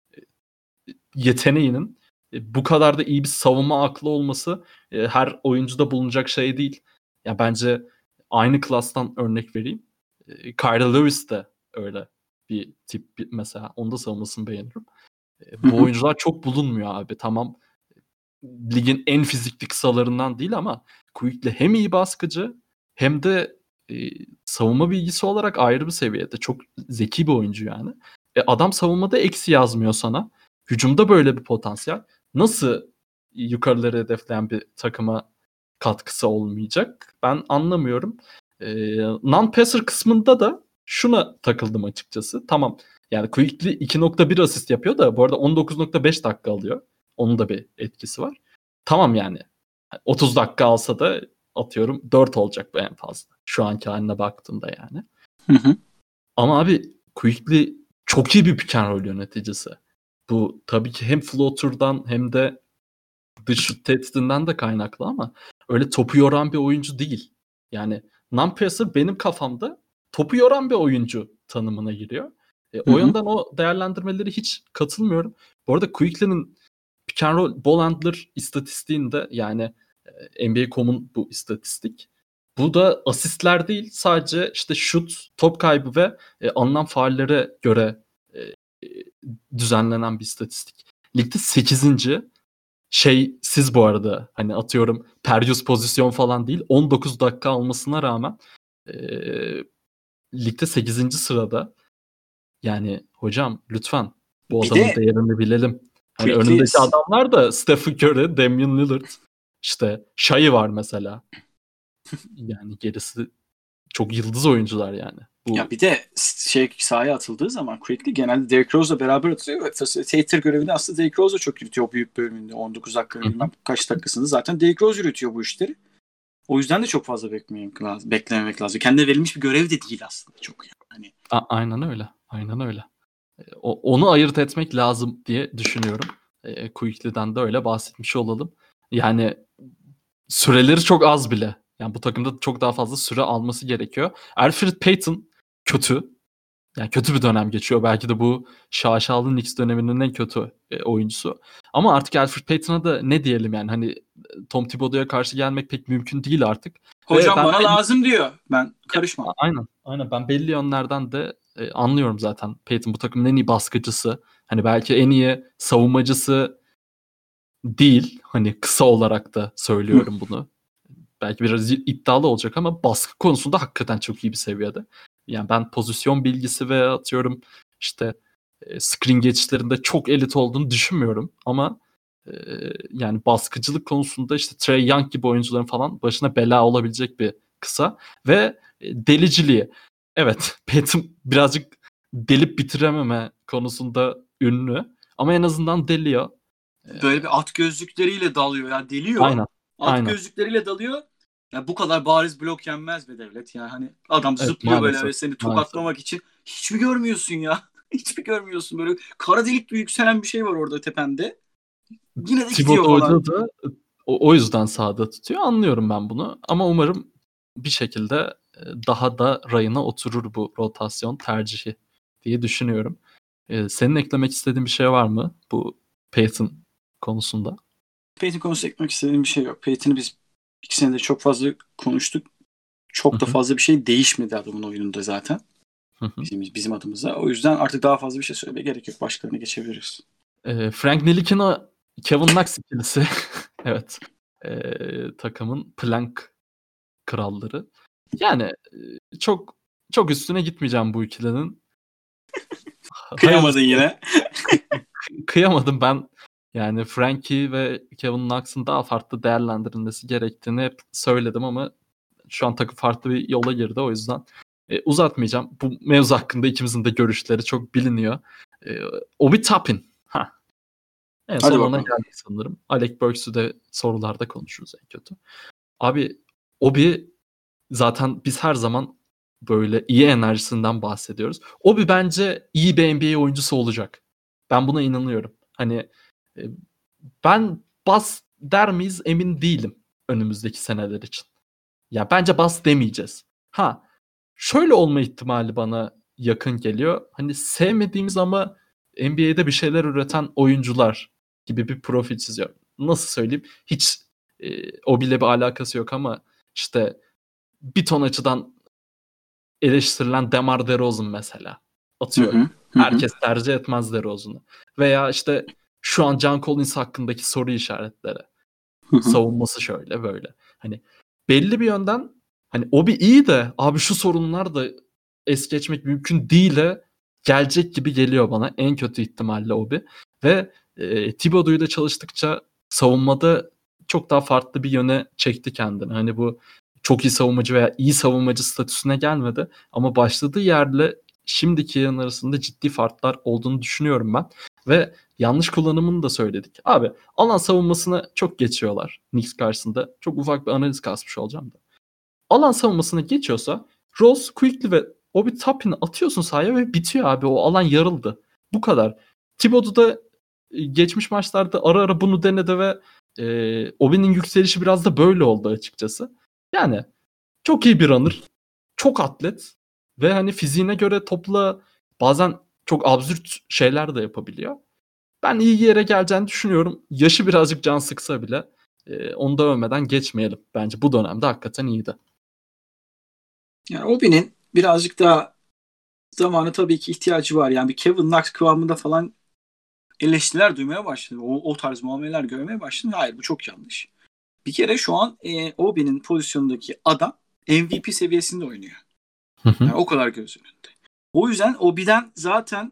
yeteneğinin bu kadar da iyi bir savunma aklı olması her oyuncuda bulunacak şey değil. Ya bence aynı klastan örnek vereyim. Kyle Lewis de öyle bir tip mesela. Onu da savunmasını beğenirim. Bu oyuncular çok bulunmuyor abi. Tamam ligin en fizikli kısalarından değil ama Quickly hem iyi baskıcı hem de savunma bilgisi olarak ayrı bir seviyede. Çok zeki bir oyuncu yani. Adam savunmada eksi yazmıyor sana. Hücumda böyle bir potansiyel. Nasıl yukarıları hedefleyen bir takıma katkısı olmayacak? Ben anlamıyorum. Non-passer kısmında da şuna takıldım açıkçası. Tamam yani Quickly 2.1 asist yapıyor da bu arada 19.5 dakika alıyor. Onun da bir etkisi var. Tamam yani 30 dakika alsa da atıyorum 4 olacak bu en fazla. Şu anki haline baktığımda yani. Ama abi Quickly çok iyi bir pick and roll yöneticisi. Bu tabii ki hem floater'dan hem de dış şut tehdidinden de kaynaklı ama öyle topu yoran bir oyuncu değil. Yani non-passer benim kafamda topu yoran bir oyuncu tanımına giriyor. O yönden o değerlendirmeleri hiç katılmıyorum. Bu arada Quickly'nin pick and roll ball handler istatistiğinde, yani NBA.com'un bu istatistik. Bu da asistler değil, sadece işte şut, top kaybı ve alınan faullere göre düzenlenen bir istatistik. Ligde 8. Siz bu arada hani atıyorum per use pozisyon falan değil, 19 dakika almasına rağmen ligde 8. sırada. Yani hocam lütfen bu Bir adamın de değerini bilelim. Hani Quickly- önündeki adamlar da Stephen Curry, Damian Lillard, işte Shai var mesela. Yani gerisi çok yıldız oyuncular yani. Bu Ya bir de sahaya atıldığı zaman Quickly genelde Derrick Rose'la beraber atılıyor ve facilitator görevini aslında Derrick Rose çok yürütüyor büyük bölümünde. 19 dakika bilmem kaç dakikasında zaten Derrick Rose yürütüyor bu işleri. O yüzden de çok fazla beklememek lazım. Kendine verilmiş bir görev de değil aslında çok yani. Hani... Aynen öyle. Aynen öyle. Onu ayırt etmek lazım diye düşünüyorum. Quickly'den de öyle bahsetmiş olalım. Yani süreleri çok az bile. Yani bu takımda çok daha fazla süre alması gerekiyor. Elfrid Payton kötü. Yani kötü bir dönem geçiyor. Belki de bu şaşalı Knicks döneminin en kötü oyuncusu. Ama artık Elfrid Payton'a da ne diyelim yani, hani Tom Thibodeau'ya karşı gelmek pek mümkün değil artık. Hocam bana lazım diyor. Ben karışmam. Aynen. Ben belli yönlerden de anlıyorum zaten. Payton bu takımın en iyi baskıcısı. Hani belki en iyi savunmacısı değil. Hani kısa olarak da söylüyorum bunu. Belki biraz iddialı olacak ama baskı konusunda hakikaten çok iyi bir seviyede. Yani ben pozisyon bilgisi ve atıyorum işte screen geçişlerinde çok elit olduğunu düşünmüyorum. Ama yani baskıcılık konusunda işte Trae Young gibi oyuncuların falan başına bela olabilecek bir kısa. Ve deliciliği. Evet, Payton birazcık delip bitirememe konusunda ünlü. Ama en azından deliyor. Böyle bir at gözlükleriyle dalıyor. Yani deliyor. Aynen. At gözlükleriyle dalıyor. Ya bu kadar bariz blok yenmez be devlet. Yani hani adam Evet, zıplıyor maalesef. böyle ve seni tokatlamak için. Hiç mi görmüyorsun ya? Hiç mi görmüyorsun? Böyle kara delik bir yükselen bir şey var orada tepende. Yine de gidiyor Thibodeau falan. Hoca da o yüzden sahada tutuyor. Anlıyorum ben bunu. Ama umarım bir şekilde daha da rayına oturur bu rotasyon tercihi diye düşünüyorum. Senin eklemek istediğin bir şey var mı bu Payton konusunda? Peyton konusunda eklemek istediğim bir şey yok. Peyton'ı biz 2 senedir çok fazla konuştuk. Çok da fazla bir şey değişmedi adamın oyununda zaten. Bizim adımıza. O yüzden artık daha fazla bir şey söylemeye gerek yok. Başkalarına geçebiliriz. Frank Ntilikina, Kevin Knox ikilisi evet. Takımın plank kralları. Yani çok çok üstüne gitmeyeceğim bu ikilinin. Kıyamadın yine. Kıyamadım ben. Yani Frankie ve Kevin Knox'ın daha farklı değerlendirilmesi gerektiğini hep söyledim ama şu an takım farklı bir yola girdi. O yüzden uzatmayacağım. Bu mevzu hakkında ikimizin de görüşleri çok biliniyor. Obi Toppin. En son ona geldik sanırım. Alec Burks'ü de sorularda konuşuruz en kötü. Abi Obi zaten biz her zaman böyle iyi enerjisinden bahsediyoruz. Obi bence iyi bir NBA oyuncusu olacak. Ben buna inanıyorum. Hani ben bas der miyiz emin değilim önümüzdeki seneler için. Ya bence bas demeyeceğiz. Şöyle olma ihtimali bana yakın geliyor. Hani sevmediğimiz ama NBA'de bir şeyler üreten oyuncular gibi bir profil çiziyor. Nasıl söyleyeyim? Hiç o bile bir alakası yok ama işte bir ton açıdan eleştirilen DeMar DeRozan mesela. Atıyorum. Herkes tercih etmez DeRozan'ı. Veya işte şu an John Collins hakkındaki soru işaretleri. Savunması şöyle böyle. Hani belli bir yönden hani Obi iyi de abi şu sorunlar da es geçmek mümkün değil'e gelecek gibi geliyor bana. En kötü ihtimalle Obi. Ve Thibodeau'yla çalıştıkça savunmada çok daha farklı bir yöne çekti kendini. Hani bu çok iyi savunmacı veya iyi savunmacı statüsüne gelmedi. Ama başladığı yerle şimdiki yan arasında ciddi farklar olduğunu düşünüyorum ben. Ve yanlış kullanımını da söyledik. Abi alan savunmasına çok geçiyorlar Knicks karşısında. Çok ufak bir analiz kasmış olacağım da. Alan savunmasına geçiyorsa Rose, Quickly ve Obi Toppin'i atıyorsun sahaya ve bitiyor abi. O alan yarıldı. Bu kadar. Thibodeau da geçmiş maçlarda ara ara bunu denedi ve Obi'nin yükselişi biraz da böyle oldu açıkçası. Yani çok iyi bir runner. Çok atlet. Ve hani fiziğine göre topla bazen çok absürt şeyler de yapabiliyor. Ben iyi yere geleceğini düşünüyorum. Yaşı birazcık can sıksa bile onu da övmeden geçmeyelim. Bence bu dönemde hakikaten iyiydi. Yani Obi'nin birazcık daha zamanı tabii ki ihtiyacı var. Yani bir Kevin Knox kıvamında falan eleştiriler duymaya başladı. O tarz muameleler görmeye başladı. Hayır, bu çok yanlış. Bir kere şu an Obi'nin pozisyonundaki adam MVP seviyesinde oynuyor. Yani o kadar göz önünde. O yüzden Obi'den zaten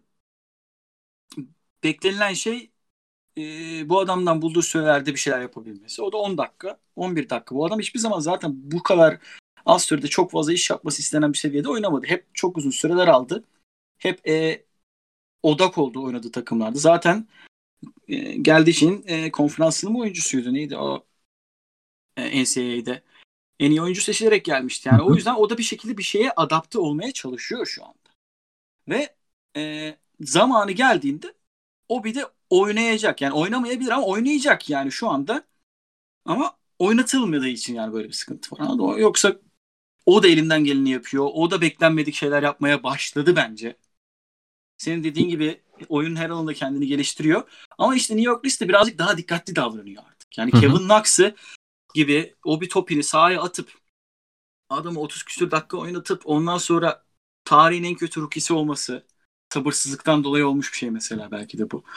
beklenilen şey bu adamdan bulduğu sürelerde bir şeyler yapabilmesi. O da 10 dakika, 11 dakika. Bu adam hiçbir zaman zaten bu kadar az sürede çok fazla iş yapması istenen bir seviyede oynamadı. Hep çok uzun süreler aldı. Hep odak oldu oynadığı takımlarda. Zaten geldiği şeyin konferansının mı oyuncusuydu? Neydi o NCAA'de? En iyi oyuncu seçilerek gelmişti. Yani o yüzden o da bir şekilde bir şeye adapte olmaya çalışıyor şu anda. Ve zamanı geldiğinde o bir de oynayacak. Yani oynamayabilir ama oynayacak yani şu anda. Ama oynatılmadığı için yani böyle bir sıkıntı var. Yoksa o da elinden geleni yapıyor. O da beklenmedik şeyler yapmaya başladı bence. Senin dediğin gibi oyunun her alanında kendini geliştiriyor. Ama işte New York Knicks de birazcık daha dikkatli davranıyor artık. Yani Kevin Knox'ı gibi Obi Toppin'i sahaya atıp adamı 30 küsur dakika oynatıp ondan sonra tarihin en kötü rookie'si olması sabırsızlıktan dolayı olmuş bir şey mesela belki de bu.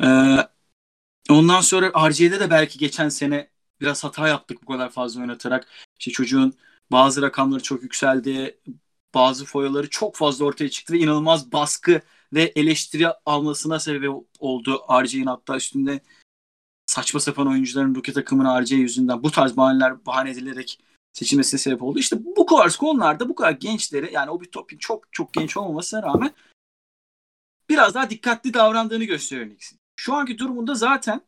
Ondan sonra RJ'de de belki geçen sene biraz hata yaptık bu kadar fazla oynatarak. İşte çocuğun bazı rakamları çok yükseldi. Bazı foyaları çok fazla ortaya çıktı ve inanılmaz baskı ve eleştiri almasına sebep oldu. RJ'nin hatta üstünde saçma sapan oyuncuların rookie takımına RJ yüzünden bu tarz bahane edilerek seçilmesine sebep oldu. İşte bu kadar konularda bu kadar gençleri, yani Obi Toppin çok çok genç olmamasına rağmen biraz daha dikkatli davrandığını gösteriyor Knicks'in. Şu anki durumunda zaten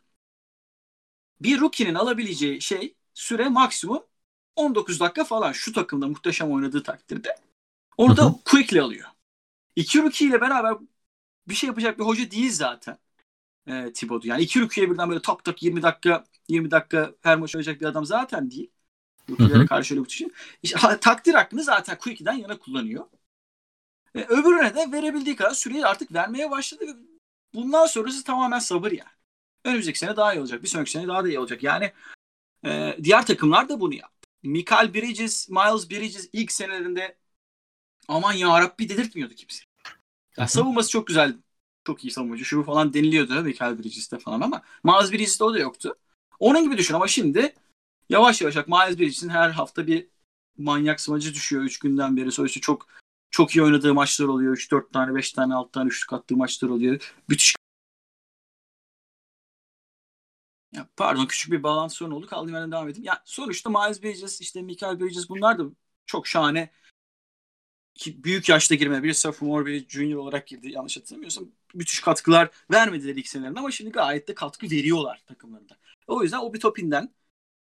bir rookie'nin alabileceği süre maksimum 19 dakika falan. Şu takımda muhteşem oynadığı takdirde. Orada quickly alıyor. İki rookie ile beraber bir şey yapacak bir hoca değil zaten Thibodeau. Yani iki rookie'ye birden böyle tak tak 20 dakika her maç oynayacak bir adam zaten değil. Rookie'lere karşı öyle bir şey. İşte, takdir hakkını zaten quick'den yana kullanıyor. Öbürüne de verebildiği kadar süreyi artık vermeye başladı. Bundan sonrası tamamen sabır yani. Önümüzdeki sene daha iyi olacak. Bir sonraki sene daha da iyi olacak. Yani diğer takımlar da bunu yaptı. Miles Bridges ilk senelerinde aman yarabbi dedirtmiyordu kimse. Yani savunması çok güzel. Çok iyi savunmacı. Şu falan deniliyordu Miles Bridges'te falan ama Miles Bridges'te o da yoktu. Onun gibi düşün ama şimdi yavaş yavaş Miles Bridges'in her hafta bir manyak smacı düşüyor 3 günden beri. Sonuçta çok iyi oynadığı maçlar oluyor. 3-4 tane, 5 tane, 6 tane üçlük attığı maçlar oluyor. Müthiş. Ya, pardon, küçük bir bağlantı sorunu oldu. Kaldığım yerden devam edeyim. Ya, sonuçta Miles Bridges, işte Michael Bridges, bunlar da çok şahane büyük yaşta girme. Biri sophomore, biri junior olarak girdi. Yanlış hatırlamıyorsam. Müthiş katkılar vermediler ilk senelerinde ama şimdi gayet de katkı veriyorlar takımlarında. O yüzden Obi Toppin'den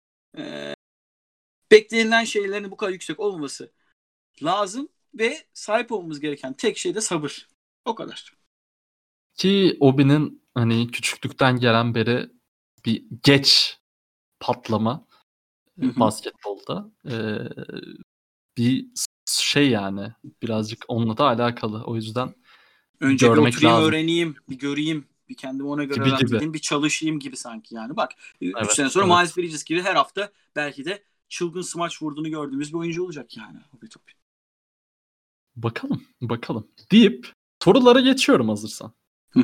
beklenilen şeylerin bu kadar yüksek olmaması lazım ve sahip olmamız gereken tek şey de sabır. O kadar. Ki Obi'nin hani küçüklükten gelen beri bir geç patlama basketbolda bir yani birazcık onunla da alakalı. O yüzden önce görmek bir oturayım, lazım. Öğreneyim, bir göreyim, bir kendimi ona göre Gibi. adapte bir çalışayım gibi sanki yani. Bak 3 Evet, sene sonra evet. Miles Bridges gibi her hafta belki de çılgın smaç vurduğunu gördüğümüz bir oyuncu olacak yani. Bakalım. Deyip sorulara geçiyorum hazırsan.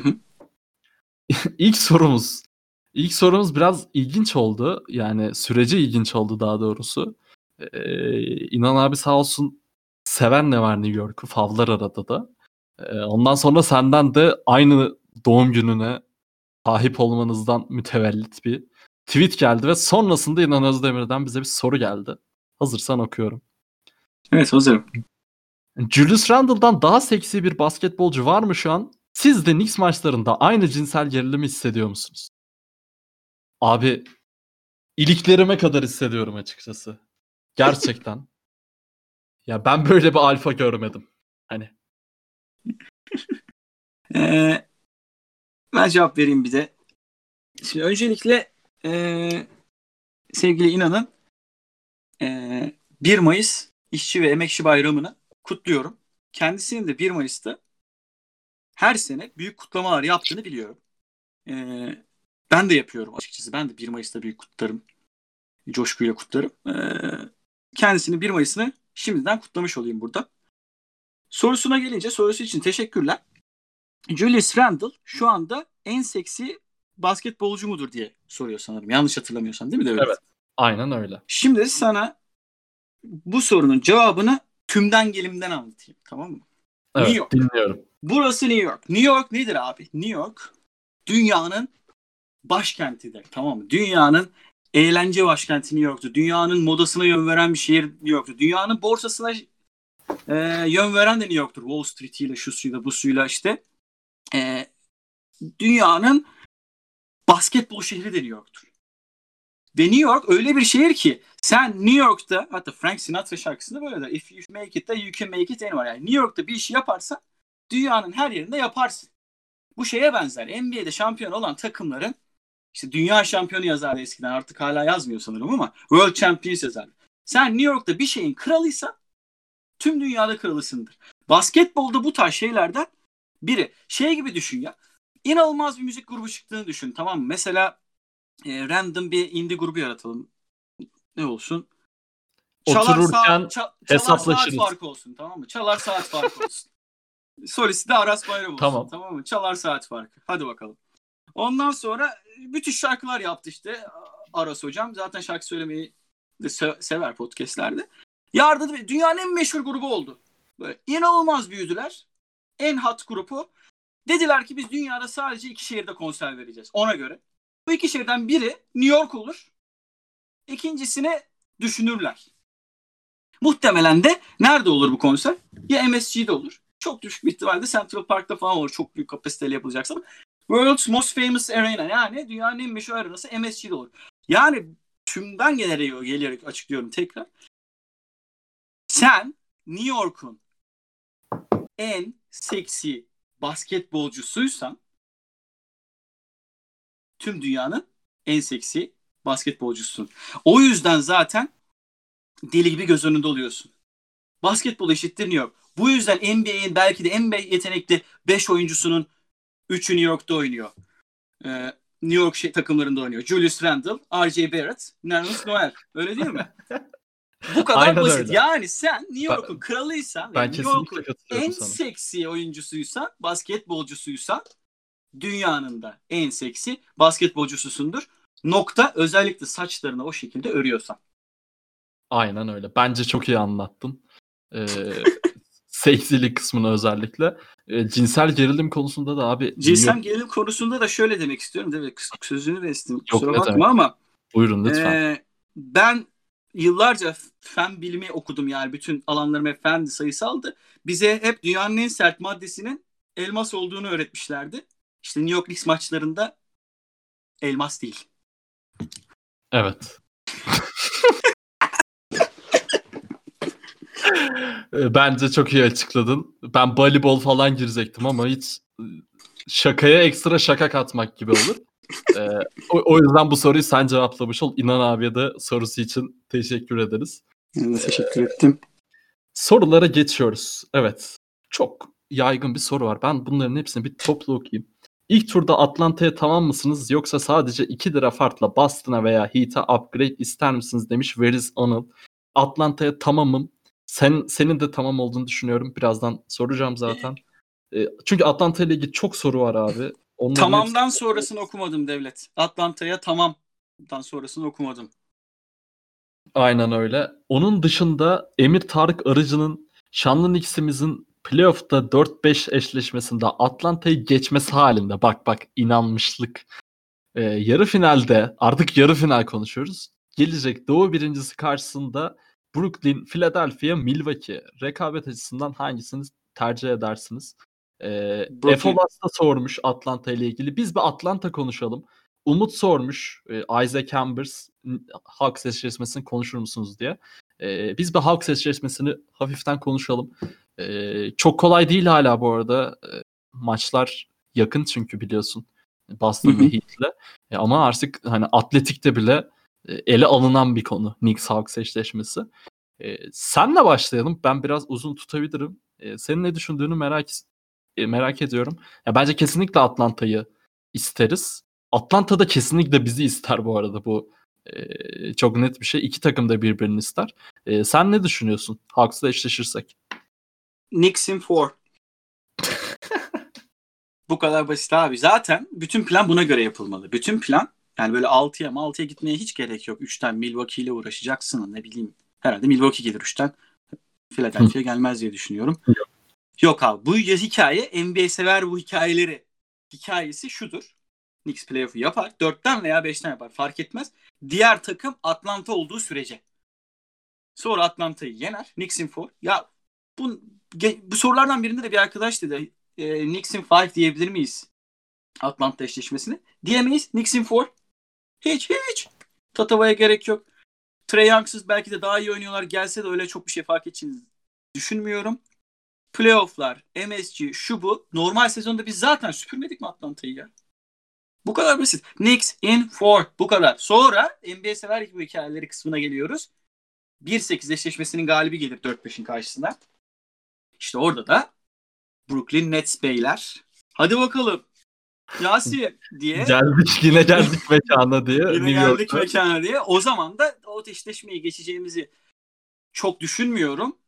İlk sorumuz biraz ilginç oldu. Yani süreci ilginç oldu daha doğrusu. İnan abi sağ olsun seven ne var New York'u. Favlar arada da. Ondan sonra senden de aynı doğum gününe sahip olmanızdan mütevellit bir tweet geldi ve sonrasında İnan Özdemir'den bize bir soru geldi. Hazırsan okuyorum. Evet, hazırım. Julius Randle'dan daha seksi bir basketbolcu var mı şu an? Siz de Knicks maçlarında aynı cinsel gerilimi hissediyor musunuz? Abi iliklerime kadar hissediyorum açıkçası. Gerçekten. Ya ben böyle bir alfa görmedim. Hani. Ben cevap vereyim bir de. Şimdi öncelikle sevgili İnan'ın 1 Mayıs İşçi ve Emekçi Bayramı'nı kutluyorum. Kendisinin de 1 Mayıs'ta her sene büyük kutlamalar yaptığını biliyorum. Ben de yapıyorum açıkçası. Ben de 1 Mayıs'ta büyük kutlarım. Coşkuyla kutlarım. Kendisinin 1 Mayıs'ını şimdiden kutlamış olayım burada. Sorusuna gelince, sorusu için teşekkürler. Julius Randle şu anda en seksi basketbolcu mudur diye soruyor sanırım. Yanlış hatırlamıyorsam değil mi Devlet? Evet. Aynen öyle. Şimdi sana bu sorunun cevabını tümden gelimden anlatayım. Tamam mı? Evet, New York. dinliyorum. Burası New York. New York nedir abi? New York dünyanın başkentidir. Tamam mı? Dünyanın eğlence başkenti New York'tu. Dünyanın modasına yön veren bir şehir New York'tu. Dünyanın borsasına yön veren de New York'tur. Wall Street'iyle, şu suyla, bu suyla işte. Dünyanın basketbol şehri de New York'tur. Ve New York öyle bir şehir ki sen New York'ta, hatta Frank Sinatra şarkısında böyle der. If you make it, you can make it anywhere. Yani New York'ta bir işi yaparsan dünyanın her yerinde yaparsın. Bu şeye benzer. NBA'de şampiyon olan takımların işte dünya şampiyonu yazardı eskiden. Artık hala yazmıyor sanırım ama World Champions yazardı. Sen New York'ta bir şeyin kralıysan tüm dünyada kralısındır. Basketbolda bu tarz şeylerden biri. Şey gibi düşün ya. İnanılmaz bir müzik grubu çıktığını düşün, tamam mı? Mesela random bir indie grubu yaratalım. Ne olsun? Otururken çalar hesaplaşırız. saat farkı olsun, tamam mı? Çalar saat farkı olsun. Solisti de Aras Bayram olsun. Tamam mı? Çalar saat farkı. Hadi bakalım. Ondan sonra müthiş şarkılar yaptı işte Aras hocam. Zaten şarkı söylemeyi de sever podcastlerde. Yardım, dünyanın en meşhur grubu oldu. Böyle inanılmaz büyüdüler. En hot grubu. Dediler ki biz dünyada sadece 2 şehirde konser vereceğiz. Ona göre. Bu 2 şehirden biri New York olur. İkincisini düşünürler. Muhtemelen de nerede olur bu konser? Ya MSG'de olur. Çok düşük bir ihtimalle Central Park'ta falan olur. Çok büyük kapasiteli yapılacaksa. World's Most Famous Arena, yani dünyanın en meşhur arenası MSG'de olur. Yani tümden gelerek açıklıyorum tekrar. Sen New York'un en seksi basketbolcusuysan tüm dünyanın en seksi basketbolcusun. O yüzden zaten deli gibi göz önünde oluyorsun. Basketbol eşittir New York. Bu yüzden NBA'in belki de en yetenekli 5 oyuncusunun 3'ü New York'ta oynuyor. New York takımlarında oynuyor. Julius Randle, R.J. Barrett, Nerlens Noel. Öyle değil mi? Bu kadar Aynen basit. öyle. Yani sen New York'un kralıysan ve New York'un en seksi oyuncusuysan, basketbolcusuysan dünyanın da en seksi basketbolcususundur. Nokta, özellikle saçlarını o şekilde örüyorsan. Aynen öyle. Bence çok iyi anlattın. Seksilik kısmını özellikle. Cinsel gerilim konusunda da abi... Cinsel gerilim konusunda da şöyle demek istiyorum. Evet, sözünü bestim. Kusura Yok, bakma ama... Buyurun lütfen. Ben yıllarca fen bilimi okudum, yani bütün alanlarım hep fendi, sayısaldı. Bize hep dünyanın en sert maddesinin elmas olduğunu öğretmişlerdi. İşte New York Knicks maçlarında elmas değil. Evet. Bence çok iyi açıkladın. Ben voleybol falan girecektim ama hiç şakaya ekstra şaka katmak gibi olur. O yüzden bu soruyu sen cevaplamış ol. İnan abiye de sorusu için teşekkür ederiz. Ben de teşekkür ettim. Sorulara geçiyoruz. Evet. Çok yaygın bir soru var. Ben bunların hepsini bir toplu okuyayım. İlk turda Atlanta'ya tamam mısınız yoksa sadece 2 lira farkla Boston'a veya Heat'a upgrade ister misiniz demiş Veriz Anıl. Atlanta'ya tamamım. Senin de tamam olduğunu düşünüyorum. Birazdan soracağım zaten. Çünkü Atlanta ile ilgili çok soru var abi. Onların Tamamdan sonrasını okumadım Devlet. Atlanta'ya tamamdan sonrasını okumadım. Aynen öyle. Onun dışında Emir Tarık Arıcı'nın Şanlı Knicks'imizin playoff'ta 4-5 eşleşmesinde Atlanta'yı geçmesi halinde bak inanmışlık. Yarı finalde artık yarı final konuşuyoruz. Gelecek Doğu birincisi karşısında Brooklyn, Philadelphia, Milwaukee. Rekabet açısından hangisini tercih edersiniz? Efolas da sormuş Atlanta ile ilgili. Biz bir Atlanta konuşalım. Umut sormuş Isaac Hambers Hawks eşleşmesini konuşur musunuz diye. Biz bir Hawks eşleşmesini hafiften konuşalım. Çok kolay değil hala bu arada. Maçlar yakın çünkü biliyorsun. Boston ve Heat'le. Ama artık hani atletikte bile ele alınan bir konu Knicks Hawks eşleşmesi. Senle başlayalım. Ben biraz uzun tutabilirim. Senin ne düşündüğünü merak merak ediyorum. Ya bence kesinlikle Atlanta'yı isteriz. Atlanta da kesinlikle bizi ister bu arada. Bu çok net bir şey. İki takım da birbirini ister. Sen ne düşünüyorsun? Hawks'la eşleşirsek. Knicks in 4. Bu kadar basit abi. Zaten bütün plan buna göre yapılmalı. Bütün plan yani böyle 6'ya gitmeye hiç gerek yok. 3'ten Milwaukee ile uğraşacaksın. Ne bileyim. Herhalde Milwaukee gelir 3'ten. Philadelphia gelmez diye düşünüyorum. Yok abi. Bu hikaye NBA sever bu hikayeleri. Hikayesi şudur. Knicks playoff'u yapar. 4'ten veya 5'ten yapar. Fark etmez. Diğer takım Atlanta olduğu sürece. Sonra Atlanta'yı yener. Knicks in 4. Ya bu sorulardan birinde de bir arkadaş dedi. Knicks in 5 diyebilir miyiz? Atlanta eşleşmesini. Diyemeyiz. Knicks in 4. Hiç. Tatava'ya gerek yok. Trae Young'sız belki de daha iyi oynuyorlar. Gelse de öyle çok bir şey fark edeceğini düşünmüyorum. Playoff'lar, MSG, şu bu. Normal sezonda biz zaten süpürmedik mi Atlanta'yı ya? Bu kadar basit. Knicks in 4. Bu kadar. Sonra NBA sever gibi hikayeleri kısmına geliyoruz. 1-8 eşleşmesinin galibi gelir 4-5'in karşısına. İşte orada da Brooklyn Nets beyler. Hadi bakalım. Yasin diye. Yine geldik mekana diye. Yine geldik mekana diye. O zaman da o eşleşmeyi geçeceğimizi çok düşünmüyorum.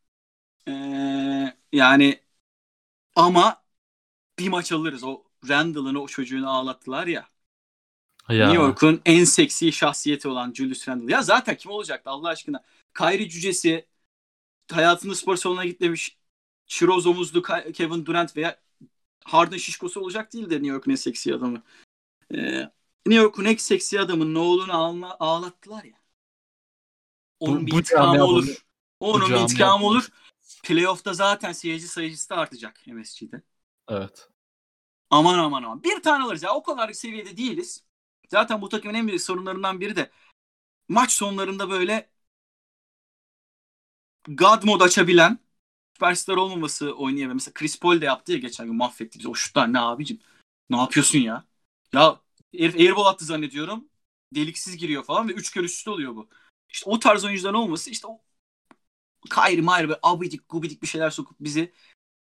Yani ama bir maç alırız. O Randall'ın o çocuğunu ağlattılar ya. New York'un en seksi şahsiyeti olan Julius Randle. Ya zaten kim olacaktı Allah aşkına? Kyrie cücesi hayatında spor salonuna gitmemiş. Şiroz omuzlu Kevin Durant veya Harden şişkosu olacak değil de New York'un en seksi adamı. New York'un en seksi adamın oğlunu ağlattılar ya. Onun bir intikamı olur. Onun bir intikamı olur. Playoff'ta zaten seyirci sayısı da artacak MSG'de. Evet. Aman. Bir tane alırız ya. O kadar seviyede değiliz. Zaten bu takımın en büyük sorunlarından biri de maç sonlarında böyle God mode açabilen süperstar olmaması oynayabilen. Mesela Chris Paul de yaptı ya geçen gün mahvetti bizi. O şutlar ne abicim? Ne yapıyorsun ya? Ya herif airball attı zannediyorum. Deliksiz giriyor falan ve 3 kere üst üste oluyor bu. İşte o tarz oyuncuların olması işte o Kyrie böyle abidik gubidik bir şeyler sokup bizi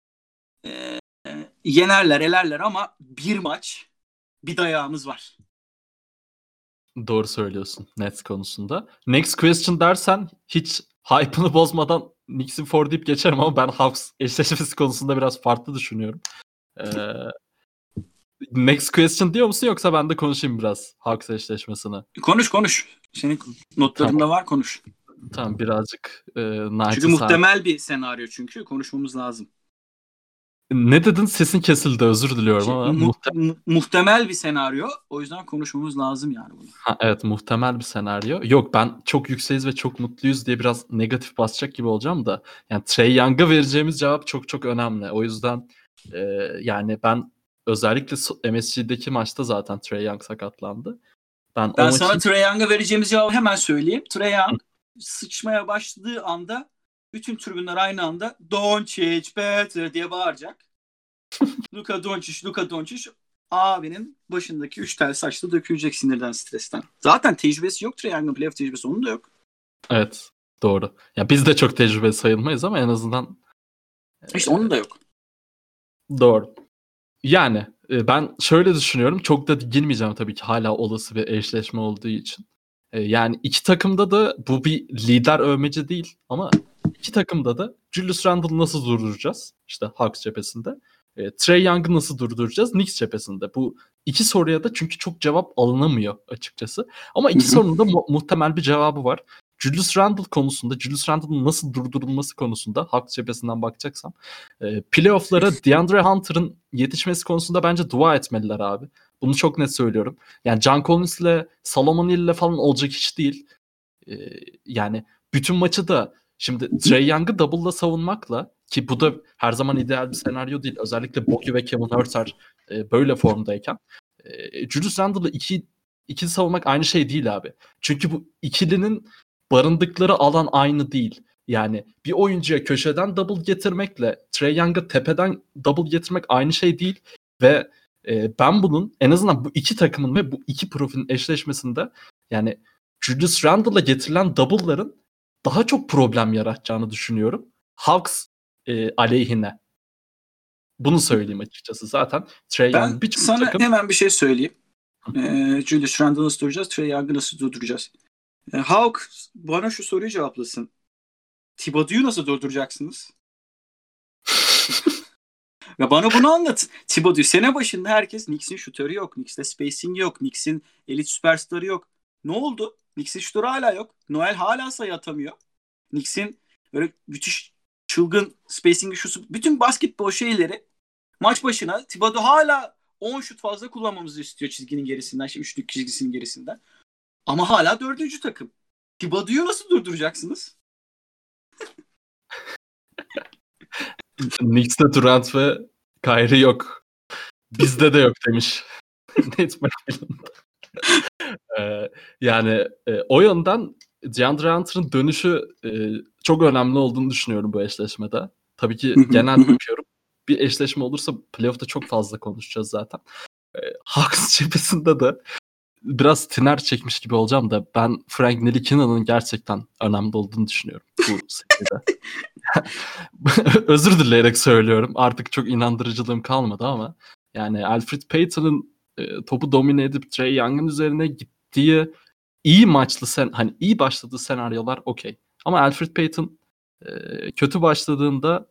yenerler elerler ama bir maç bir dayağımız var. Doğru söylüyorsun Nets konusunda. Next question dersen hiç hype'ını bozmadan Knicks'in 4 deyip geçerim ama ben Hawks eşleşmesi konusunda biraz farklı düşünüyorum. Next question diyor musun yoksa ben de konuşayım biraz Hawks eşleşmesini? Konuş. Senin notlarında tamam. Var konuş. Tamam birazcık çünkü muhtemel bir senaryo çünkü konuşmamız lazım. Ne dedin? Sesin kesildi. Özür diliyorum ama. Muhtemel bir senaryo. O yüzden konuşmamız lazım yani bunu. Evet muhtemel bir senaryo. Yok ben çok yükseğiz ve çok mutluyuz diye biraz negatif basacak gibi olacağım da. Yani Trae Young'a vereceğimiz cevap çok çok önemli. O yüzden yani ben özellikle MSG'deki maçta zaten Trae Young sakatlandı. Ben sana Trae Young'a vereceğimiz cevabı hemen söyleyeyim. Trae Young sıçmaya başladığı anda bütün tribünler aynı anda Doncic better diye bağıracak. Luka Doncic abinin başındaki 3 tel saçlı dökülecek sinirden, stresten. Zaten tecrübesi yok Trae Young'ın, playoff tecrübesi onun da yok. Evet doğru. Ya biz de çok tecrübeli sayılmayız ama en azından işte onun da yok. Doğru. Yani ben şöyle düşünüyorum. Çok da girmeyeceğim tabii ki hala olası bir eşleşme olduğu için. Yani iki takımda da bu bir lider övmeci değil ama iki takımda da Julius Randle'ı nasıl durduracağız? İşte Hawks cephesinde. Trae Young'ı nasıl durduracağız? Knicks cephesinde. Bu iki soruya da çünkü çok cevap alınamıyor açıkçası. Ama iki sorunun da muhtemel bir cevabı var. Julius Randle konusunda, Julius Randle'ın nasıl durdurulması konusunda Hawks cephesinden bakacaksam playoff'lara DeAndre Hunter'ın yetişmesi konusunda bence dua etmeliler abi. Bunu çok net söylüyorum. Yani John Collins'le, Solomon Hill'le falan olacak iş değil. Yani bütün maçı da şimdi Trae Young'ı double'la savunmakla ki bu da her zaman ideal bir senaryo değil. Özellikle Bogi ve Kevin Huerter böyle formdayken Julius Randle'ı ikili savunmak aynı şey değil abi. Çünkü bu ikilinin barındıkları alan aynı değil. Yani bir oyuncuya köşeden double getirmekle Trae Young'ı tepeden double getirmek aynı şey değil ve ben bunun en azından bu iki takımın ve bu iki profilin eşleşmesinde yani Julius Randle'la getirilen double'ların daha çok problem yaratacağını düşünüyorum. Hawks aleyhine. bunu söyleyeyim açıkçası. Zaten Trae Ben Young birçok sana takım hemen bir şey söyleyeyim. Julius Randle'ı nasıl durduracağız? Trae Young'ı nasıl durduracağız? Hawk bana şu soruyu cevaplasın. Thibodeau'yu nasıl durduracaksınız? Ve bana bunu anlat. Thibodeau sene başında herkes Knicks'in şutörü yok. Knicks'te spacing yok. Knicks'in elit süperstarı yok. Ne oldu? Knicks'in şutörü hala yok. Noel hala sayı atamıyor. Knicks'in böyle müthiş çılgın spacing'i şusu. Bütün basketbol şeyleri maç başına Thibodeau hala 10 şut fazla kullanmamızı istiyor çizginin gerisinden. Şimdi üçlük çizgisinin gerisinden. Ama hala 4. takım. Thibodeau'yu nasıl durduracaksınız? Knicks'te Durant ve Kyrie yok. Bizde de yok demiş. Nate McMillan. Yani o yönden DeAndre Hunter'ın dönüşü çok önemli olduğunu düşünüyorum bu eşleşmede. Tabii ki genel bakıyorum. Bir eşleşme olursa playoff'ta çok fazla konuşacağız zaten. Hawks cephesinde de biraz tiner çekmiş gibi olacağım da ben Frank Ntilikina's gerçekten önemli olduğunu düşünüyorum bu seride. Özür dileyerek söylüyorum. Artık çok inandırıcılığım kalmadı ama yani Elfrid Payton'ın topu domine edip Trae Young'ın üzerine gittiği iyi maçlı hani iyi başladığı senaryolar okey. Ama Elfrid Payton kötü başladığında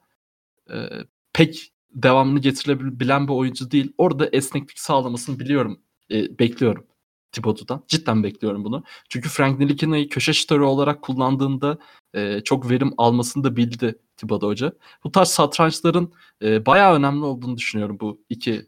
pek devamını getirebilen bir oyuncu değil. Orada esneklik sağlamasını bekliyorum Thibodeau'dan. Cidden bekliyorum bunu. Çünkü Frank Ntilikina's köşe şutörü olarak kullandığında çok verim almasını da bildi Thibodeau Hoca. Bu tarz satrançların bayağı önemli olduğunu düşünüyorum bu iki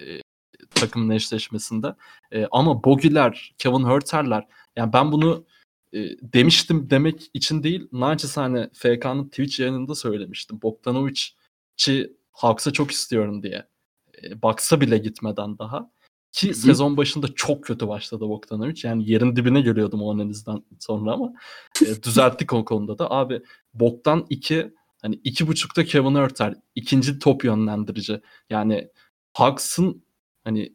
takımın eşleşmesinde. Ama Bogiler, Kevin Huerter'ler, yani ben bunu demiştim demek için değil, naçizane FK'nın Twitch yayınında söylemiştim. Bogdanovic'i Hawks'a çok istiyorum diye. Bucks'a bile gitmeden daha. Ki sezon başında çok kötü başladı Bogdanovic. Yani yerin dibine geliyordum o analizden sonra ama düzelttik o konuda da. Abi Bogdan 2, hani 2.5'ta Kevin Huerter, ikinci top yönlendirici. Yani Hawks'ın hani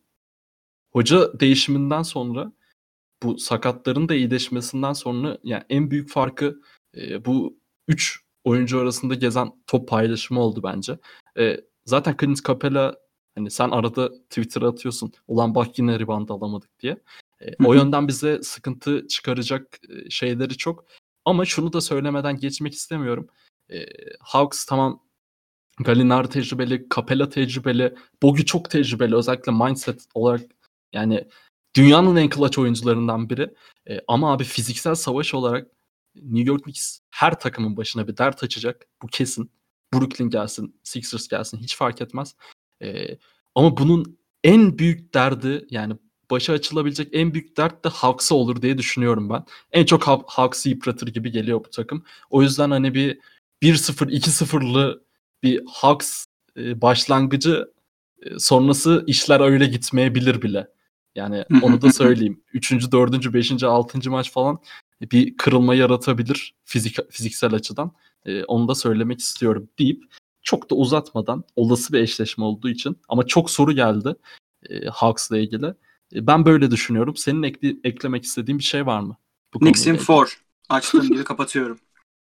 hoca değişiminden sonra, bu sakatların da iyileşmesinden sonra yani en büyük farkı bu 3 oyuncu arasında gezen top paylaşımı oldu bence. Zaten Clint Capela, hani sen arada Twitter'a atıyorsun, ulan bak yine rebound alamadık diye. O yönden bize sıkıntı çıkaracak şeyleri çok. Ama şunu da söylemeden geçmek istemiyorum. Hawks tamam, Gallinari tecrübeli, Capela tecrübeli, Bogi çok tecrübeli, özellikle mindset olarak yani dünyanın en clutch oyuncularından biri. Ama abi fiziksel savaş olarak New York Knicks her takımın başına bir dert açacak. Bu kesin. Brooklyn gelsin, Sixers gelsin hiç fark etmez. Ama bunun en büyük derdi, yani başa açılabilecek en büyük dert de Hawks'a olur diye düşünüyorum ben. En çok Hawks'ı yıpratır gibi geliyor bu takım. O yüzden hani bir 1-0, 2-0'lı bir Hawks başlangıcı sonrası işler öyle gitmeyebilir bile. Yani onu da söyleyeyim. 3. 4. 5. 6. maç falan bir kırılma yaratabilir fiziksel açıdan. Onu da söylemek istiyorum deyip çok da uzatmadan, olası bir eşleşme olduğu için, ama çok soru geldi Hawks'la ilgili. Ben böyle düşünüyorum. Senin eklemek istediğin bir şey var mı? Knicks'in 4. Açtığım gibi kapatıyorum.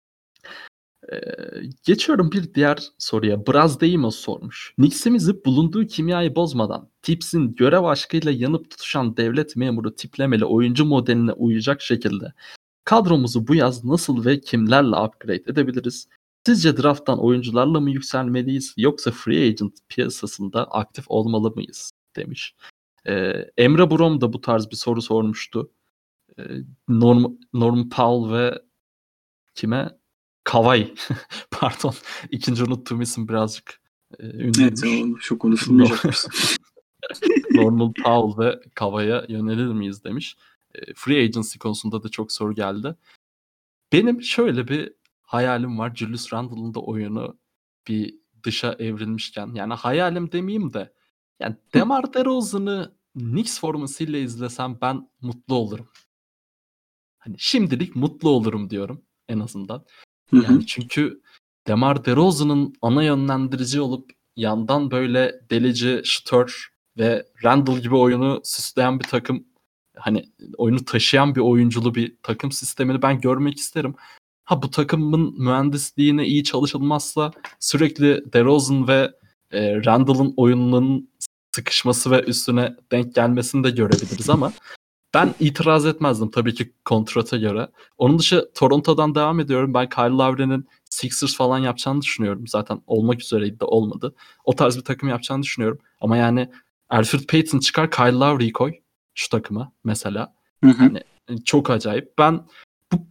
Geçiyorum bir diğer soruya. Braz Deimos sormuş. Knicks'imizi bulunduğu kimyayı bozmadan Tips'in görev aşkıyla yanıp tutuşan devlet memuru tiplemeli oyuncu modeline uyacak şekilde kadromuzu bu yaz nasıl ve kimlerle upgrade edebiliriz? Sizce draft'tan oyuncularla mı yükselmeliyiz yoksa free agent piyasasında aktif olmalı mıyız? Demiş. Emre Brom da bu tarz bir soru sormuştu. Norman Powell ve kime? Kawhi. Pardon. İkinci unuttuğum isim birazcık ünlüymüş. Evet, çok konuşulmayacakmış. Norman Powell ve Kawhi'ye yönelir miyiz demiş. Free agency konusunda da çok soru geldi. Benim şöyle bir hayalim var. Julius Randle'ın da oyunu bir dışa evrilmişken. Yani hayalim demeyeyim de. Yani DeMar DeRozan'ı Knicks formasıyla izlesem ben mutlu olurum. Hani şimdilik mutlu olurum diyorum en azından. Yani çünkü DeMar DeRozan'ın ana yönlendirici olup yandan böyle delici, şutör ve Randle gibi oyunu süsleyen bir takım, hani oyunu taşıyan bir oyunculu bir takım sistemini ben görmek isterim. Ha, bu takımın mühendisliğine iyi çalışılmazsa sürekli DeRozan ve Randall'ın oyununun sıkışması ve üstüne denk gelmesini de görebiliriz ama ben itiraz etmezdim tabii ki kontrata göre. Onun dışı Toronto'dan devam ediyorum. Ben Kyle Lowry'nin Sixers falan yapacağını düşünüyorum. Zaten olmak üzereydi de olmadı. O tarz bir takım yapacağını düşünüyorum. Ama yani Elfrid Payton çıkar, Kyle Lowry'yi koy şu takıma mesela. Yani çok acayip. Ben bu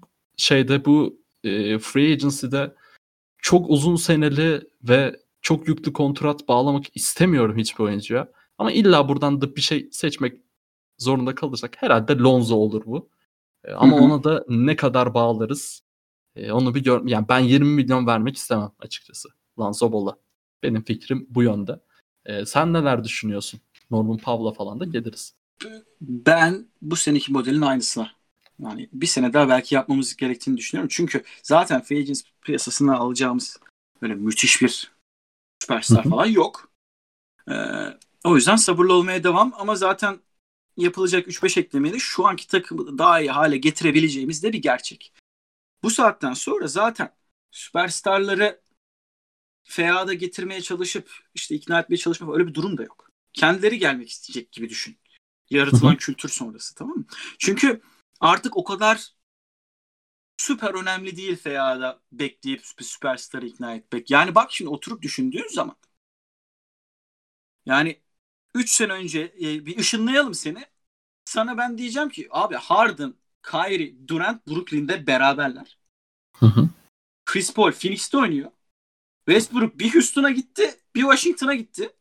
free agency'de çok uzun seneli ve çok yüklü kontrat bağlamak istemiyorum hiçbir oyuncuya. Ama illa buradan da bir şey seçmek zorunda kalırsak herhalde Lonzo olur bu. Ama ona da ne kadar bağlarız onu bir yani ben 20 milyon vermek istemem açıkçası Lonzo Ball'a. Benim fikrim bu yönde. Sen neler düşünüyorsun? Norman Powell'a falan da geliriz. Ben bu seneki modelin aynısına. Yani bir sene daha belki yapmamız gerektiğini düşünüyorum. Çünkü zaten free agents piyasasına alacağımız böyle müthiş bir süperstar falan yok. O yüzden sabırlı olmaya devam. Ama zaten yapılacak 3-5 eklemeyi de şu anki takımı daha iyi hale getirebileceğimiz de bir gerçek. Bu saatten sonra zaten süperstarları FA'da getirmeye çalışıp işte ikna etmeye çalışmak öyle bir durum da yok. Kendileri gelmek isteyecek gibi düşün. Yaratılan kültür sonrası, tamam mı? Çünkü artık o kadar süper önemli değil FA'da bekleyip bir süperstarı ikna etmek. Yani bak şimdi oturup düşündüğün zaman yani 3 sene önce bir ışınlayalım seni. Sana ben diyeceğim ki abi Harden, Kyrie, Durant Brooklyn'de beraberler. Chris Paul Phoenix'te oynuyor. Westbrook bir Houston'a gitti, bir Washington'a gitti.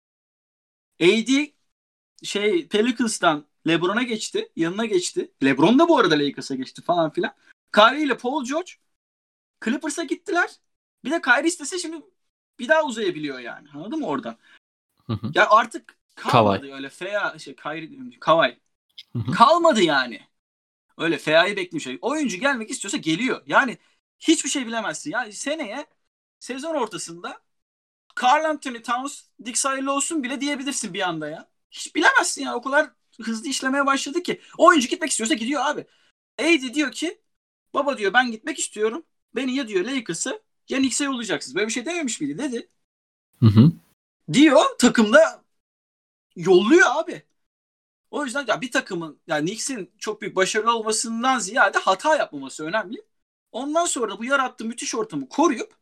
AD Pelicans'tan LeBron'a geçti, yanına geçti. LeBron da bu arada Lakers'a geçti falan filan. Kyrie ile Paul George Clippers'a gittiler. Bir de Kyrie istese şimdi bir daha uzayabiliyor yani. Anladın mı oradan? Ya artık kalmadı öyle Kawhi. Kalmadı yani. Öyle FA'yı bekliyor. Oyuncu gelmek istiyorsa geliyor. Yani hiçbir şey bilemezsin. Yani seneye sezon ortasında Karl Anthony Towns Dix hayırlı olsun bile diyebilirsin bir anda ya. Hiç bilemezsin ya. O kadar hızlı işlemeye başladı ki. Oyuncu gitmek istiyorsa gidiyor abi. AD diyor ki baba diyor ben gitmek istiyorum. Beni ya diyor Lakers'a ya Knicks'e yollayacaksınız. Böyle bir şey dememiş miydi? Dedi. Diyor takımda yolluyor abi. O yüzden ya bir takımın yani Knicks'in çok büyük başarılı olmasından ziyade hata yapmaması önemli. Ondan sonra bu yarattığı müthiş ortamı koruyup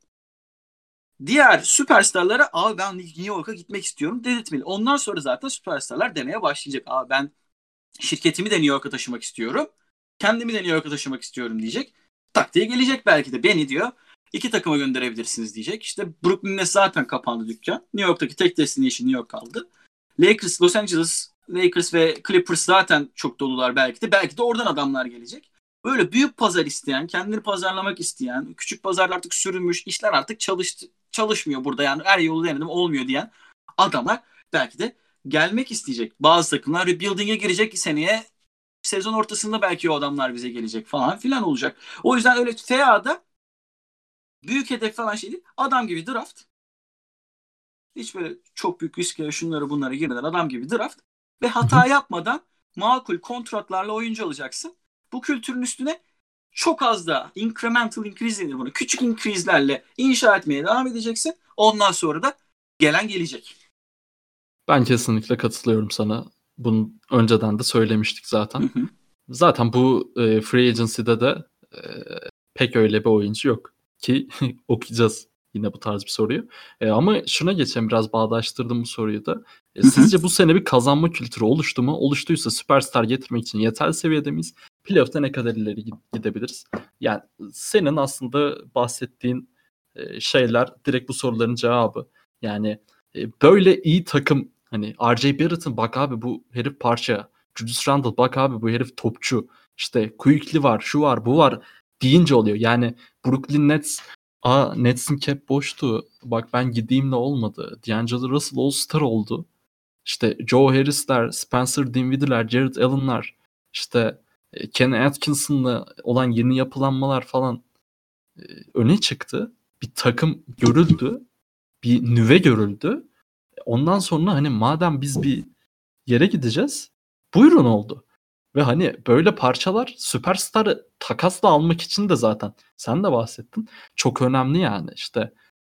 diğer süperstarlara abi ben New York'a gitmek istiyorum dedirtmeli. Ondan sonra zaten süperstarlar demeye başlayacak. Abi ben şirketimi de New York'a taşımak istiyorum. Kendimi de New York'a taşımak istiyorum diyecek. Taktiğe gelecek belki de. Beni diyor 2 takıma gönderebilirsiniz diyecek. İşte Brooklyn'de zaten kapandı dükkan. New York'taki tek destination New York kaldı. Los Angeles Lakers ve Clippers zaten çok dolular belki de. Belki de oradan adamlar gelecek. Böyle büyük pazar isteyen, kendini pazarlamak isteyen, küçük pazarlar artık sürünmüş, işler artık çalışmıyor burada. Yani her yolu denedim olmuyor diyen adamlar belki de gelmek isteyecek. Bazı takımlar rebuilding'e girecek seneye. Sezon ortasında belki o adamlar bize gelecek falan filan olacak. O yüzden öyle FA'da büyük hedef falan şey değil. Adam gibi draft. Hiç böyle çok büyük riske şunları bunlara girmeden adam gibi draft. Ve hata yapmadan makul kontratlarla oyuncu alacaksın. Bu kültürün üstüne çok az da incremental increase denir bunu. Küçük increase'lerle inşa etmeye devam edeceksin. Ondan sonra da gelen gelecek. Ben kesinlikle katılıyorum sana. Bunu önceden de söylemiştik zaten. Zaten bu free agency'de de pek öyle bir oyuncu yok. Ki okuyacağız yine bu tarz bir soruyu. Ama şuna geçelim, biraz bağdaştırdım bu soruyu da. Sizce bu sene bir kazanma kültürü oluştu mu? Oluştuysa süperstar getirmek için yeterli seviyede miyiz? Playoff'ta ne kadar ileri gidebiliriz? Yani senin aslında bahsettiğin şeyler direkt bu soruların cevabı. Yani böyle iyi takım, hani R.J. Barrett'ın bak abi bu herif parça. Julius Randle bak abi bu herif topçu. İşte Quickly var, şu var, bu var deyince oluyor. Yani Brooklyn Nets Nets'in cap boştu. Bak ben gideyim de olmadı. D'Angelo Russell All-Star oldu. İşte Joe Harris'ler, Spencer Dinwiddie'ler, Jared Allen'lar, işte Kenny Atkinson'la olan yeni yapılanmalar falan öne çıktı. Bir takım görüldü. Bir nüve görüldü. Ondan sonra hani madem biz bir yere gideceğiz, buyurun oldu. Ve hani böyle parçalar süperstarı takasla almak için de zaten sen de bahsettin. Çok önemli yani. İşte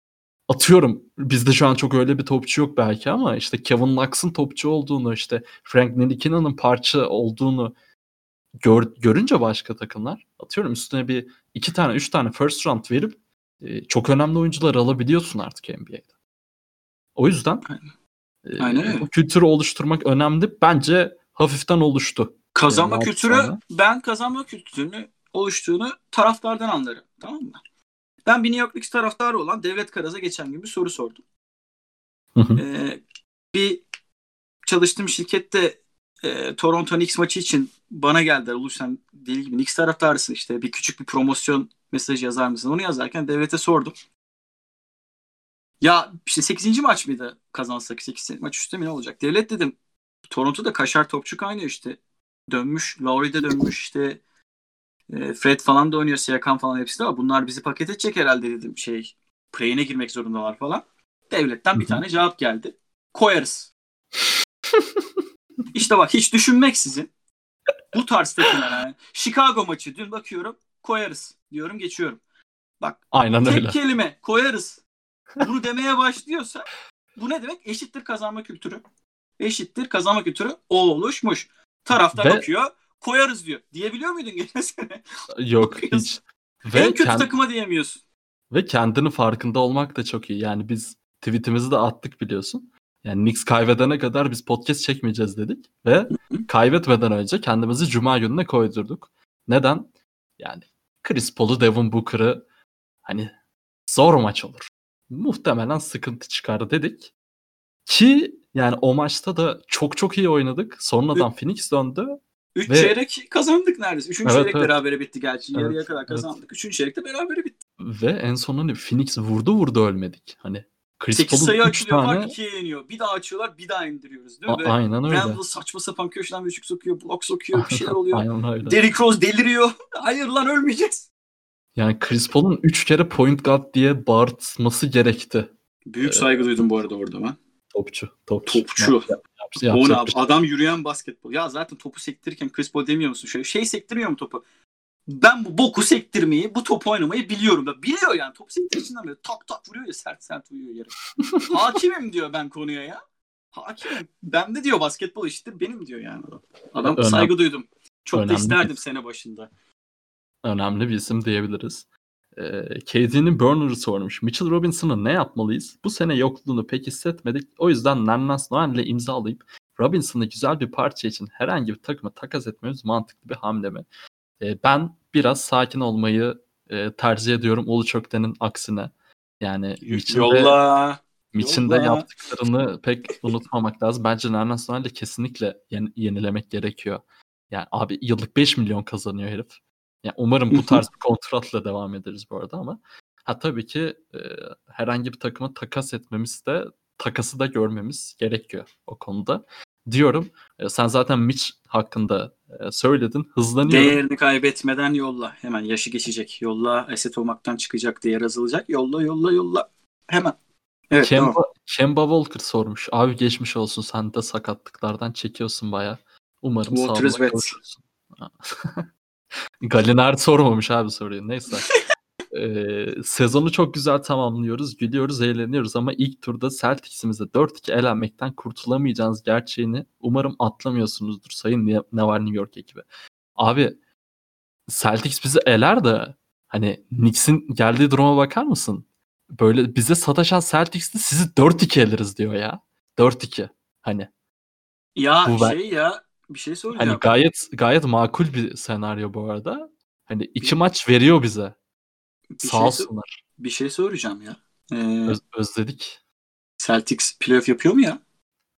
atıyorum bizde şu an çok öyle bir topçu yok belki ama işte Kevin Knox'ın topçu olduğunu, işte Frank Ntilikina'nın parça olduğunu görünce başka takımlar, atıyorum üstüne bir 2 tane 3 tane first round verip çok önemli oyuncular alabiliyorsun artık NBA'de. O yüzden Aynen öyle. bu kültürü oluşturmak önemli. Bence hafiften oluştu. Kazanma Yani kültürü, sonra. ben kazanma kültürünü oluştuğunu taraftardan anlarım. Tamam mı? Ben bir New York Knicks taraftarı olan Devlet Karaz'a geçen gün bir soru sordum. Hı hı. Bir çalıştığım şirkette Toronto Knicks maçı için bana geldiler. Uluş sen deli gibi Knicks taraftarısın, işte bir küçük bir promosyon mesajı yazar mısın? Onu yazarken Devlet'e sordum. Ya işte 8. maç mıydı kazansak? 8 maç üstte mi ne olacak? Devlet dedim. Toronto'da kaşar topçu kaynıyor işte. Dönmüş. Lowry de dönmüş işte. Fred falan da oynuyor. Siakam falan hepsi de var. Bunlar bizi paket edecek herhalde dedim. Play'ine girmek zorundalar falan. Devletten bir tane cevap geldi. Koyarız. İşte bak, hiç düşünmeksizin bu tarz takımlar yani. Chicago maçı dün bakıyorum, koyarız diyorum, geçiyorum. Bak, Aynen tek öyle. kelime koyarız. Bunu demeye başlıyorsa bu ne demek? Eşittir kazanma kültürü. Eşittir kazanma kültürü o oluşmuş. Taraftar Ve bakıyor, koyarız diyor. Diyebiliyor muydun geçen sene? yok Bakıyorsun. hiç. En kötü takıma diyemiyorsun. Ve kendinin farkında olmak da çok iyi. Yani biz tweetimizi de attık biliyorsun. Yani Knicks kaybedene kadar biz podcast çekmeyeceğiz dedik. Ve kaybetmeden önce kendimizi Cuma gününe koydurduk. Neden? Yani Chris Paul'u, Devin Booker'ı hani zor maç olur. Muhtemelen sıkıntı çıkar dedik. Ki yani o maçta da çok çok iyi oynadık. Sonradan Phoenix döndü. 3 Ve çeyrek kazandık neredeyse. 3. evet, çeyrek evet. berabere bitti gerçi. Evet, Yarıya kadar evet. kazandık. 3. çeyrekte berabere bitti. Ve en sonunda Phoenix vurdu ölmedik. Hani Chris 8 Paul'un sayı 3 açılıyor, tane fark 2'ye iniyor. Bir daha açıyorlar, bir daha indiriyoruz değil mi? aynen öyle. Randall saçma sapan köşeden bir şut sokuyor, blok sokuyor, bir şeyler oluyor. Aynen öyle. Derrick Rose deliriyor. Hayır lan, ölmeyeceğiz. Yani Chris Paul'un 3 kere point guard diye bağırtması gerekti. Büyük saygı duydum bu arada orada ben. Topçu. O ne abi? Adam yürüyen basketbol. Ya zaten topu sektirirken Chris Paul demiyor musun? Şöyle sektirmiyor mu topu? Ben bu boku sektirmeyi, bu top oynamayı biliyorum da. Biliyor yani. Top sektirişinden böyle tak tak vuruyor ya, sert vuruyor yere. Hakimim diyor ben konuya ya. Hakimim. Ben de diyor basketbol eşittir benim diyor yani. Adam saygı duydum. Çok da isterdim sene başında. Önemli bir isim diyebiliriz. KD'nin Burner'ı sormuş. Mitchell Robinson'ı ne yapmalıyız? Bu sene yokluğunu pek hissetmedik. O yüzden Nerlens Noel'le imzalayıp Robinson'ı güzel bir parça için herhangi bir takıma takas etmemiz mantıklı bir hamle mi? Ben biraz sakin olmayı tercih ediyorum Ulu Çökten'in aksine. Yani Mitch'in de yaptıklarını pek unutmamak lazım. Bence Nerlens Noel'le kesinlikle yenilemek gerekiyor. Yani abi yıllık 5 milyon kazanıyor herif. Yani umarım bu tarz bir kontratla devam ederiz bu arada ama tabii ki herhangi bir takıma takas etmemiz de, takası da görmemiz gerekiyor o konuda diyorum. Sen zaten Mitch hakkında söyledin. Hızlanıyorum. Değerini kaybetmeden yolla. Hemen yaşı geçecek. Yolla, eset olmaktan çıkacak, değer azalacak. Yolla. Hemen. Evet, Kemba Walker sormuş. Abi geçmiş olsun, sen de sakatlıklardan çekiyorsun bayağı. Umarım sağlıkla kavuşursun. Gallinari sormamış abi soruyu. Neyse. Sezonu çok güzel tamamlıyoruz. Gülüyoruz, eğleniyoruz ama ilk turda Celtics'imize 4-2 elenmekten kurtulamayacağınız gerçeğini umarım atlamıyorsunuzdur sayın ne var New York ekibi. Abi Celtics bizi eler de hani Knicks'in geldiği duruma bakar mısın? Böyle bize sataşan Celtics'te sizi 4-2 eleriz diyor ya. 4-2. Hani. Ya bir şey soracağım. Hani gayet makul bir senaryo bu arada. Hani 2 maç veriyor bize. Sağ olsunlar. Bir şey soracağım ya. Özledik. Celtics playoff yapıyor mu ya?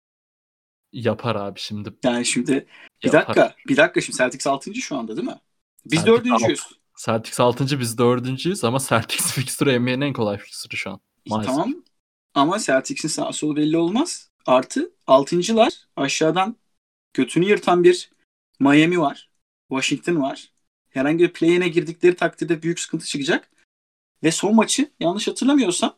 Yapar abi şimdi. Yani şimdi bir dakika şimdi Celtics 6. şu anda değil mi? Biz 4.'yüz. Celtics 6. biz 4.'yüz ama Celtics fixture NBA'nin en kolay fixture'ı şu an. Maalesef. Tamam ama Celtics'in sağ solu belli olmaz. Artı 6.'lar aşağıdan götünü yırtan bir Miami var. Washington var. Herhangi bir play-in'e girdikleri takdirde büyük sıkıntı çıkacak. Ve son maçı yanlış hatırlamıyorsam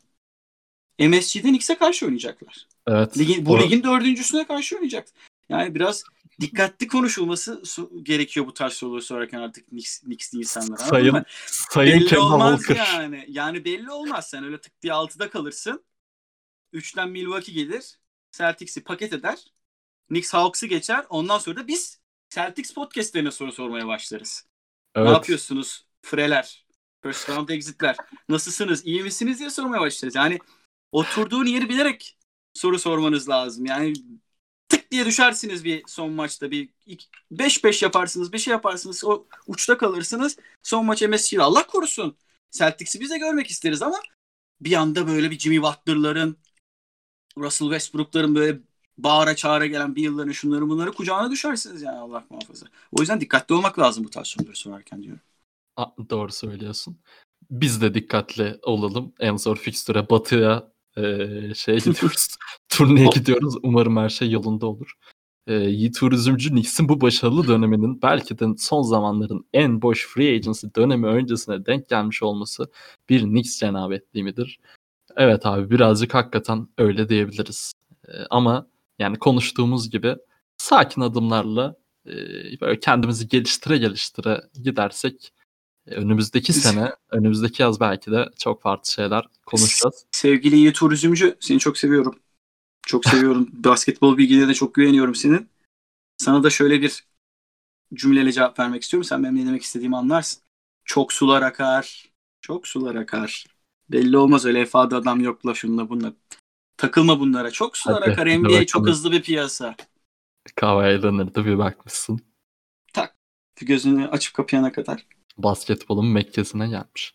MSG'den X'e karşı oynayacaklar. Evet. Ligin 4.'üsüne karşı oynayacak. Yani biraz dikkatli konuşulması gerekiyor bu tarz soruları sorarken artık Knicks'li insanlar. Sayın Belli Kemba olmaz Walker. yani. Yani belli olmaz. Sen öyle tık diye 6'da kalırsın. 3'ten Milwaukee gelir. Celtics'i paket eder. Knicks Hawks'ı geçer. Ondan sonra da biz Celtics podcast'lerine soru sormaya başlarız. Evet. Ne yapıyorsunuz? Freler. First round exit'ler. Nasılsınız? İyi misiniz diye sormaya başlarız. Yani oturduğun yeri bilerek soru sormanız lazım. Yani tık diye düşersiniz bir son maçta. Bir 5-5 yaparsınız. Bir şey yaparsınız. O uçta kalırsınız. Son maç MSG'de. Allah korusun. Celtics'i biz de görmek isteriz ama bir anda böyle bir Jimmy Butler'ların, Russell Westbrook'ların böyle bağıra çağıra gelen bir yılların şunları bunları kucağına düşersiniz yani, Allah muhafaza. O yüzden dikkatli olmak lazım bu tarz soruları sorarken diyorum. Doğru söylüyorsun. Biz de dikkatli olalım. En zor fikstüre Batı'ya gidiyoruz. Turneye gidiyoruz. Umarım her şey yolunda olur. Yiğit Üzümcü Knicks'in bu başarılı döneminin belki de son zamanların en boş free agency dönemi öncesine denk gelmiş olması bir Knicks cenabetliği midir? Evet abi, birazcık hakikaten öyle diyebiliriz. Ama yani konuştuğumuz gibi sakin adımlarla böyle kendimizi geliştire gidersek önümüzdeki sene, önümüzdeki yaz belki de çok farklı şeyler konuşacağız. Sevgili Yiğit Üzümcü, seni çok seviyorum. Çok seviyorum. Basketbol bilgilerine de çok güveniyorum senin. Sana da şöyle bir cümleyle cevap vermek istiyorum. Sen benim ne demek istediğimi anlarsın. Çok sular akar. Çok sular akar. Belli olmaz öyle efade adam yokla şunla bunla. Takılma bunlara. Çok sular Hadi, akar. hadi NBA bakalım. çok hızlı bir piyasa. Kavailanır'da bir bakmışsın. Tak. Gözünü açıp kapayana kadar. Basketbolun Mekke'sine gelmiş.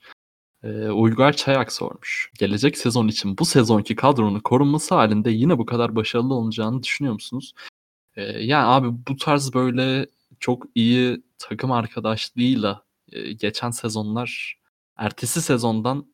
Uygar Çayak sormuş. Gelecek sezon için bu sezonki kadronun korunması halinde yine bu kadar başarılı olacağını düşünüyor musunuz? Yani abi bu tarz böyle çok iyi takım arkadaşlığıyla geçen sezonlar ertesi sezondan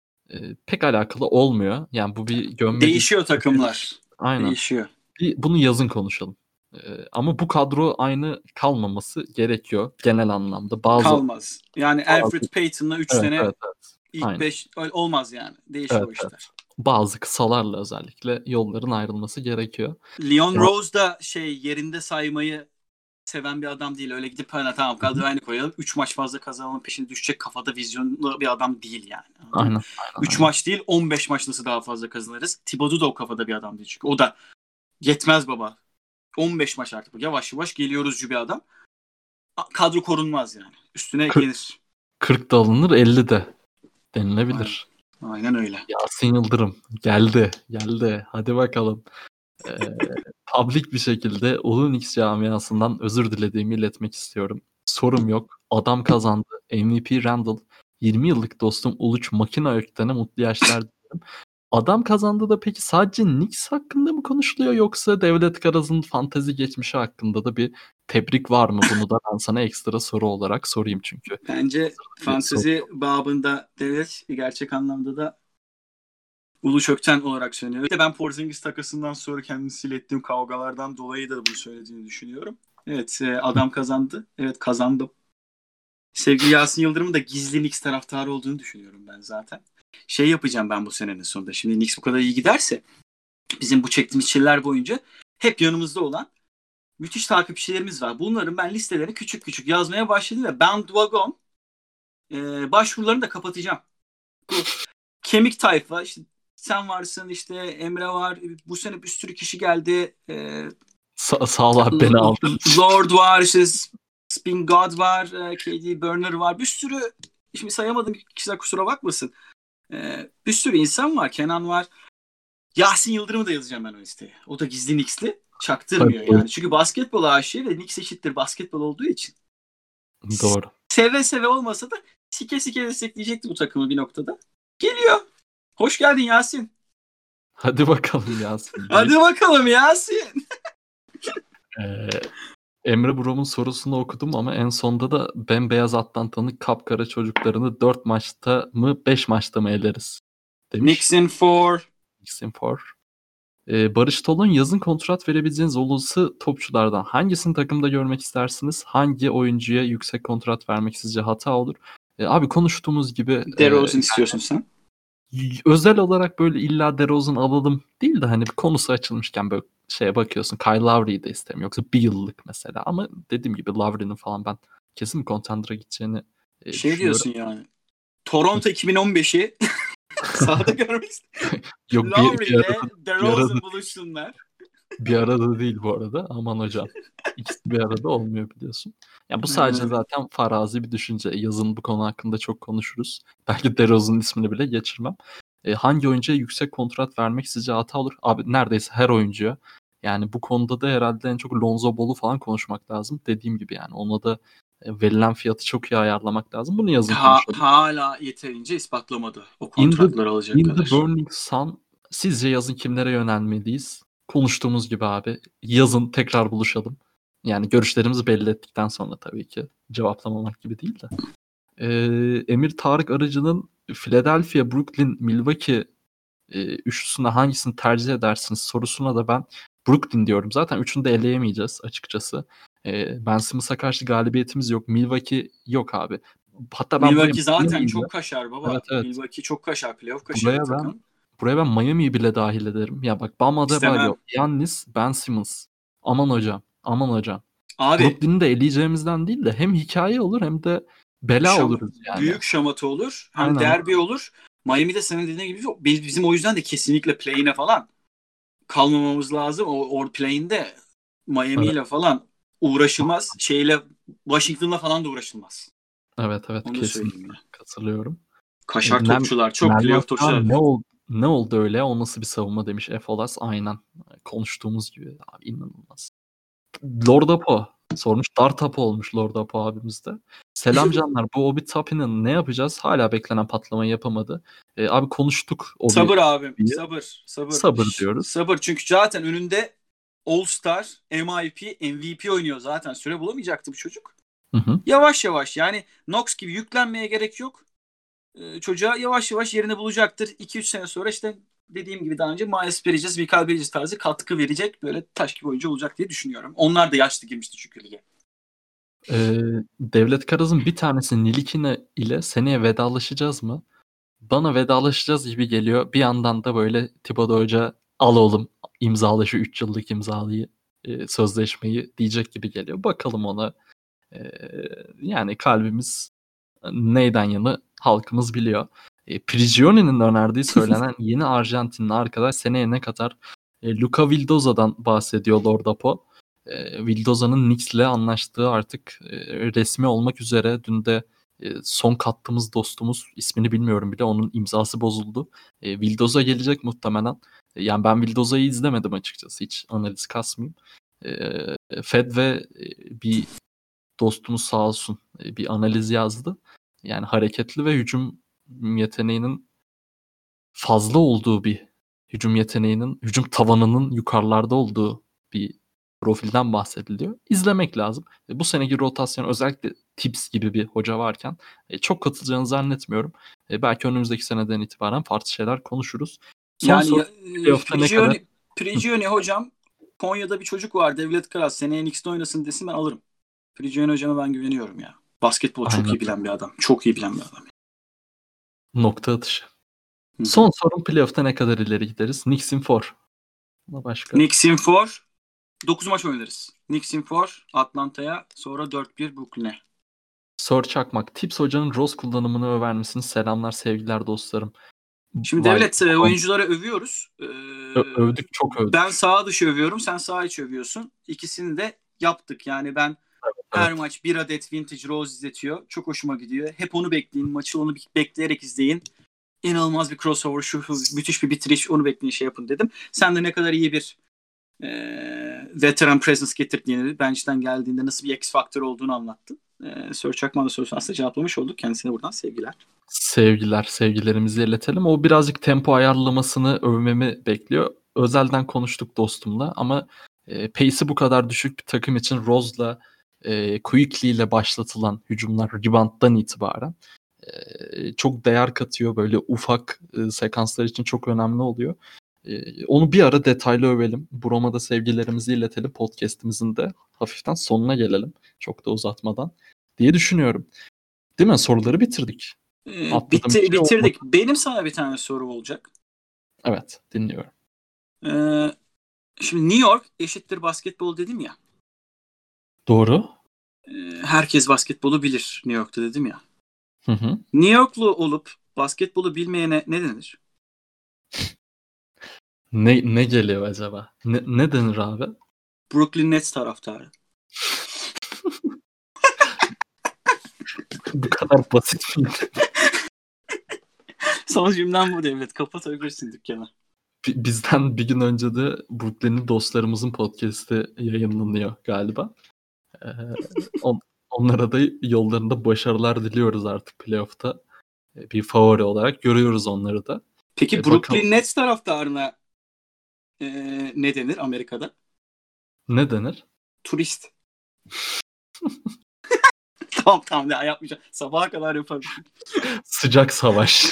pek alakalı olmuyor. Yani bu bir gömme Değişiyor takımlar. Aynen. Değişiyor. Bunu yazın konuşalım. Ama bu kadro aynı kalmaması gerekiyor genel anlamda. Kalmaz. Yani Alfred Payton'la 3 sene evet. ilk Aynen. 5 olmaz yani. Değişiyor o işler. Evet. Bazı kısalarla özellikle yolların ayrılması gerekiyor. Leon Rose da yerinde saymayı seven bir adam değil. Öyle gidip tamam kadro aynı koyalım. 3 maç fazla kazanalım peşine düşecek kafada vizyonlu bir adam değil yani. Aynen. 3 maç değil 15 maç nasıl daha fazla kazanırız. Thibodeau da o kafada bir adam değil çünkü. O da yetmez baba. 15 maç artık. Yavaş yavaş geliyoruzcu bir adam. Kadro korunmaz yani. Üstüne eklenir. 40 da alınır 50 de denilebilir. Aynen öyle. Yasin Yıldırım geldi. Hadi bakalım. Public bir şekilde Ulu Knicks camiasından özür dilediğimi iletmek istiyorum. Sorum yok. Adam kazandı. MVP Randall. 20 yıllık dostum Uluç Makina Ökten'e mutlu yaşlar dilerim. Adam kazandı da peki sadece Knicks hakkında mı konuşuluyor yoksa Devlet Karaz'ın fantezi geçmişi hakkında da bir tebrik var mı? Bunu da ben sana ekstra soru olarak sorayım çünkü. Bence fantezi babında Devlet gerçek anlamda da Ulu Çökten olarak söylüyor. Ben Porzingis takasından sonra kendisiyle ettiğim kavgalardan dolayı da bunu söylediğini düşünüyorum. Evet, adam kazandı. Evet, kazandım. Sevgili Yasin Yıldırım'ın da gizli Knicks taraftarı olduğunu düşünüyorum ben zaten. Yapacağım ben bu senenin sonunda. Şimdi Knicks bu kadar iyi giderse bizim bu çektiğimiz şeyler boyunca hep yanımızda olan müthiş takipçilerimiz var. Bunların ben listeleri küçük küçük yazmaya başladım ve bandwagon başvurularını da kapatacağım. Bu kemik tayfa işte sen varsın, işte Emre var. Bu sene bir sürü kişi geldi. Sağ ol abi, beni aldın. Lord var, işte Spin God var, KD Burner var. Bir sürü, şimdi sayamadım kişiler kusura bakmasın. Bir sürü insan var. Kenan var. Yasin Yıldırım'ı da yazacağım ben o listeye. O da gizli Knicks'li. Çaktırmıyor yani. Çünkü basketbol aşığı ve Knicks eşittir basketbol olduğu için. Doğru. Seve seve olmasa da sike sike destekleyecekti bu takımı bir noktada. Geliyor. Hoş geldin Yasin. Hadi bakalım Yasin. Hadi bakalım Yasin. Emre Brom'un sorusunu okudum ama en sonda da bembeyaz Atlantan'ın kapkara çocuklarını 4 maçta mı 5 maçta mı eleriz demiş. Knicks'in for. Barış Tolun yazın kontrat verebileceğiniz olası topçulardan hangisini takımda görmek istersiniz? Hangi oyuncuya yüksek kontrat vermek sizce hata olur? Abi konuştuğumuz gibi DeRozan istiyorsun sen. özel olarak böyle illa DeRozan alalım değil de hani bir konusu açılmışken böyle şeye bakıyorsun. Kyle Lowry'yi de isterim. Yoksa bir yıllık mesela. Ama dediğim gibi Lowry'nin falan ben kesin contender'a gideceğini Şey düşünüyorum. diyorsun yani. Toronto 2015'i sahada görmek istiyorum. Yok Lowry ile arada DeRozan buluşsunlar. bir arada değil bu arada. Aman hocam. İkisi bir arada olmuyor biliyorsun. Ya bu sadece zaten farazi bir düşünce. Yazın bu konu hakkında çok konuşuruz. Belki DeRozan'ın ismini bile geçirmem. Hangi oyuncuya yüksek kontrat vermek sizce hata olur? Abi neredeyse her oyuncuya. Yani bu konuda da herhalde en çok Lonzo Ball'u falan konuşmak lazım. Dediğim gibi yani ona da verilen fiyatı çok iyi ayarlamak lazım. Bunu yazın konuşalım. Hala yeterince ispatlamadı o In the, kontratları alacak in the kadar. Burning Sun sizce yazın kimlere yönelmeliyiz? Konuştuğumuz gibi abi yazın tekrar buluşalım. Yani görüşlerimizi belli ettikten sonra tabii ki cevaplamamak gibi değil de. Emir Tarık Arıcı'nın Philadelphia, Brooklyn, Milwaukee üçlüsüne hangisini tercih edersiniz sorusuna da ben Brooklyn diyorum. Zaten üçünü de eleyemeyeceğiz açıkçası. Ben Simmons'a karşı galibiyetimiz yok. Milwaukee yok abi. Hatta ben Milwaukee zaten Miami'yi çok kaşar baba. Evet, evet. Milwaukee çok kaşar. Playoff kaşarı takım. Buraya ben Miami'yi bile dahil ederim. Ya bak Bam Adebayo, Giannis, Ben Simmons. Aman hocam. Aman hocam. Abi Brooklyn'i de eleyeceğimizden değil de hem hikaye olur hem de bela oluruz yani. büyük şamata olur. Hem Aynen. derbi olur. Miami'de senin dediğin gibi bizim o yüzden de kesinlikle play-in'e falan kalmamamız lazım. O play-in'de Miami ile falan uğraşılmaz. Washington'la falan da uğraşılmaz. Evet Onu kesinlikle katılıyorum. Kaşar topçular. Çok playoff topçular. Ne oldu öyle? O nasıl bir savunma demiş Efolas. Aynen. Konuştuğumuz gibi. Abi inanılmaz. Lord Apo sormuş. Dart Apo olmuş Lord Apo abimiz de. Selam canlar. Bu Obi Toppin'in ne yapacağız? Hala beklenen patlamayı yapamadı. Abi konuştuk. Sabır abim. diye. Sabır diyoruz. Sabır. Çünkü zaten önünde All-Star, MIP, MVP oynuyor zaten. Süre bulamayacaktı bu çocuk. Hı. Yavaş yavaş yani Knox gibi yüklenmeye gerek yok. Çocuğa yavaş yavaş yerini bulacaktır. 2-3 sene sonra işte dediğim gibi daha önce Miles Bridges, Michael Bridges tarzı katkı verecek böyle taş gibi oyuncu olacak diye düşünüyorum. Onlar da yaşlı girmişti çünkü lige. Devlet Karaz'ın bir tanesi Nilikina ile seneye vedalaşacağız mı? Bana vedalaşacağız gibi geliyor. Bir yandan da böyle Thibodeau Hoca al oğlum imzala şu 3 yıllık imzalıyı sözleşmeyi diyecek gibi geliyor. Bakalım ona. Yani kalbimiz neyden yana halkımız biliyor. Prigioni'nin önerdiği söylenen yeni Arjantinli arkadaş seneye ne kadar Luca Vildoza'dan bahsediyor Lord Apo. Vildoza'nın Knicks'le anlaştığı artık resmi olmak üzere. Dün de son kattığımız dostumuz ismini bilmiyorum bile onun imzası bozuldu. Vildoza gelecek muhtemelen. Yani ben Vildoza'yı izlemedim açıkçası hiç analiz kasmayayım. Fed ve bir dostumuz sağ olsun bir analiz yazdı. Yani hareketli ve hücum yeteneğinin fazla olduğu bir hücum tavanının yukarılarda olduğu bir profilden bahsediliyor. İzlemek lazım. Bu seneki rotasyon özellikle Tibbs gibi bir hoca varken çok katılacağını zannetmiyorum. Belki önümüzdeki seneden itibaren farklı şeyler konuşuruz. Prigioni hocam Konya'da bir çocuk var Devlet Karas seneye Knicks'te oynasın desin ben alırım. Prigioni hocama ben güveniyorum ya. Basketbolu çok iyi bilen bir adam. Çok iyi bilen bir adam. Nokta atışı. Son sorun playoff'ta ne kadar ileri gideriz? Knicks in 4. Knicks in 4. 9 maç oynarız. Knicks in 4 Atlanta'ya sonra 4-1 Brooklyn'e. Sor Çakmak. Tips hocanın Rose kullanımını över misiniz? Selamlar sevgiler dostlarım. Şimdi Devlet oyuncuları övüyoruz. Övdük çok övdük. Ben sağ dışı övüyorum sen sağ içi övüyorsun. İkisini de yaptık. Yani ben her maç bir adet Vintage Rose izletiyor. Çok hoşuma gidiyor. Hep onu bekleyin. Maçı onu bekleyerek izleyin. İnanılmaz bir crossover, şu müthiş bir bitiriş, onu bekleyin şey yapın dedim. Sen de ne kadar iyi bir veteran presence getirdiğini, bench'ten geldiğinde nasıl bir X faktör olduğunu anlattın. Sir Çakman'da sorusunu aslında cevaplamış olduk. Kendisine buradan sevgiler. Sevgilerimizi iletelim. O birazcık tempo ayarlamasını övmemi bekliyor. Özelden konuştuk dostumla ama pace'i bu kadar düşük bir takım için Rose'la Quickly ile başlatılan hücumlar rebound'dan itibaren çok değer katıyor. Böyle ufak sekanslar için çok önemli oluyor. Onu bir ara detaylı övelim. Brom'a da sevgilerimizi iletelim. Podcast'imizin de hafiften sonuna gelelim. Çok da uzatmadan diye düşünüyorum. Değil mi? Soruları bitirdik. Atladığım bir şey Bitirdik. Benim sana bir tane soru olacak. Evet, dinliyorum. Şimdi New York eşittir basketbol dedim ya. Doğru. Herkes basketbolu bilir New York'ta dedim ya. Hı hı. New Yorklu olup basketbolu bilmeyene ne denir? Ne geliyor acaba? Ne denir abi? Brooklyn Nets taraftarı. Bu kadar basit mi? Son cümlem bu devlet. Kapatabilirsin dükkanı. Bizden bir gün önce de Brooklyn'li dostlarımızın podcast'i yayınlanıyor galiba. Ee, onlara da yollarında başarılar diliyoruz artık playoff'ta. Bir favori olarak görüyoruz onları da. Peki Bakalım Brooklyn Nets taraftarına ne denir Amerika'da? ne denir? Turist. Tamam ya yapmayacağım. Sabaha kadar yaparım. Sıcak savaş.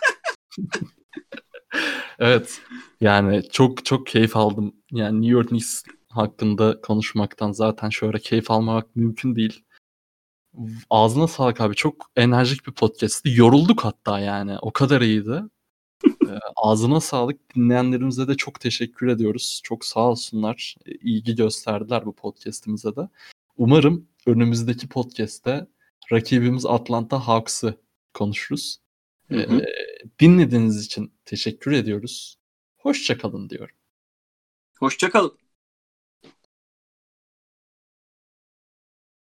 Evet. Yani çok çok keyif aldım. Yani New York Knicks hakkında konuşmaktan zaten şöyle keyif almak mümkün değil. Ağzına sağlık abi. Çok enerjik bir podcast'ti. Yorulduk hatta yani. O kadar iyiydi. Ağzına sağlık. Dinleyenlerimize de çok teşekkür ediyoruz. Çok sağ olsunlar. İlgi gösterdiler bu podcast'imize de. Umarım önümüzdeki podcast'te rakibimiz Atlanta Hawks'ı konuşuruz. Dinlediğiniz için teşekkür ediyoruz. Hoşça kalın diyorum. Hoşça kalın.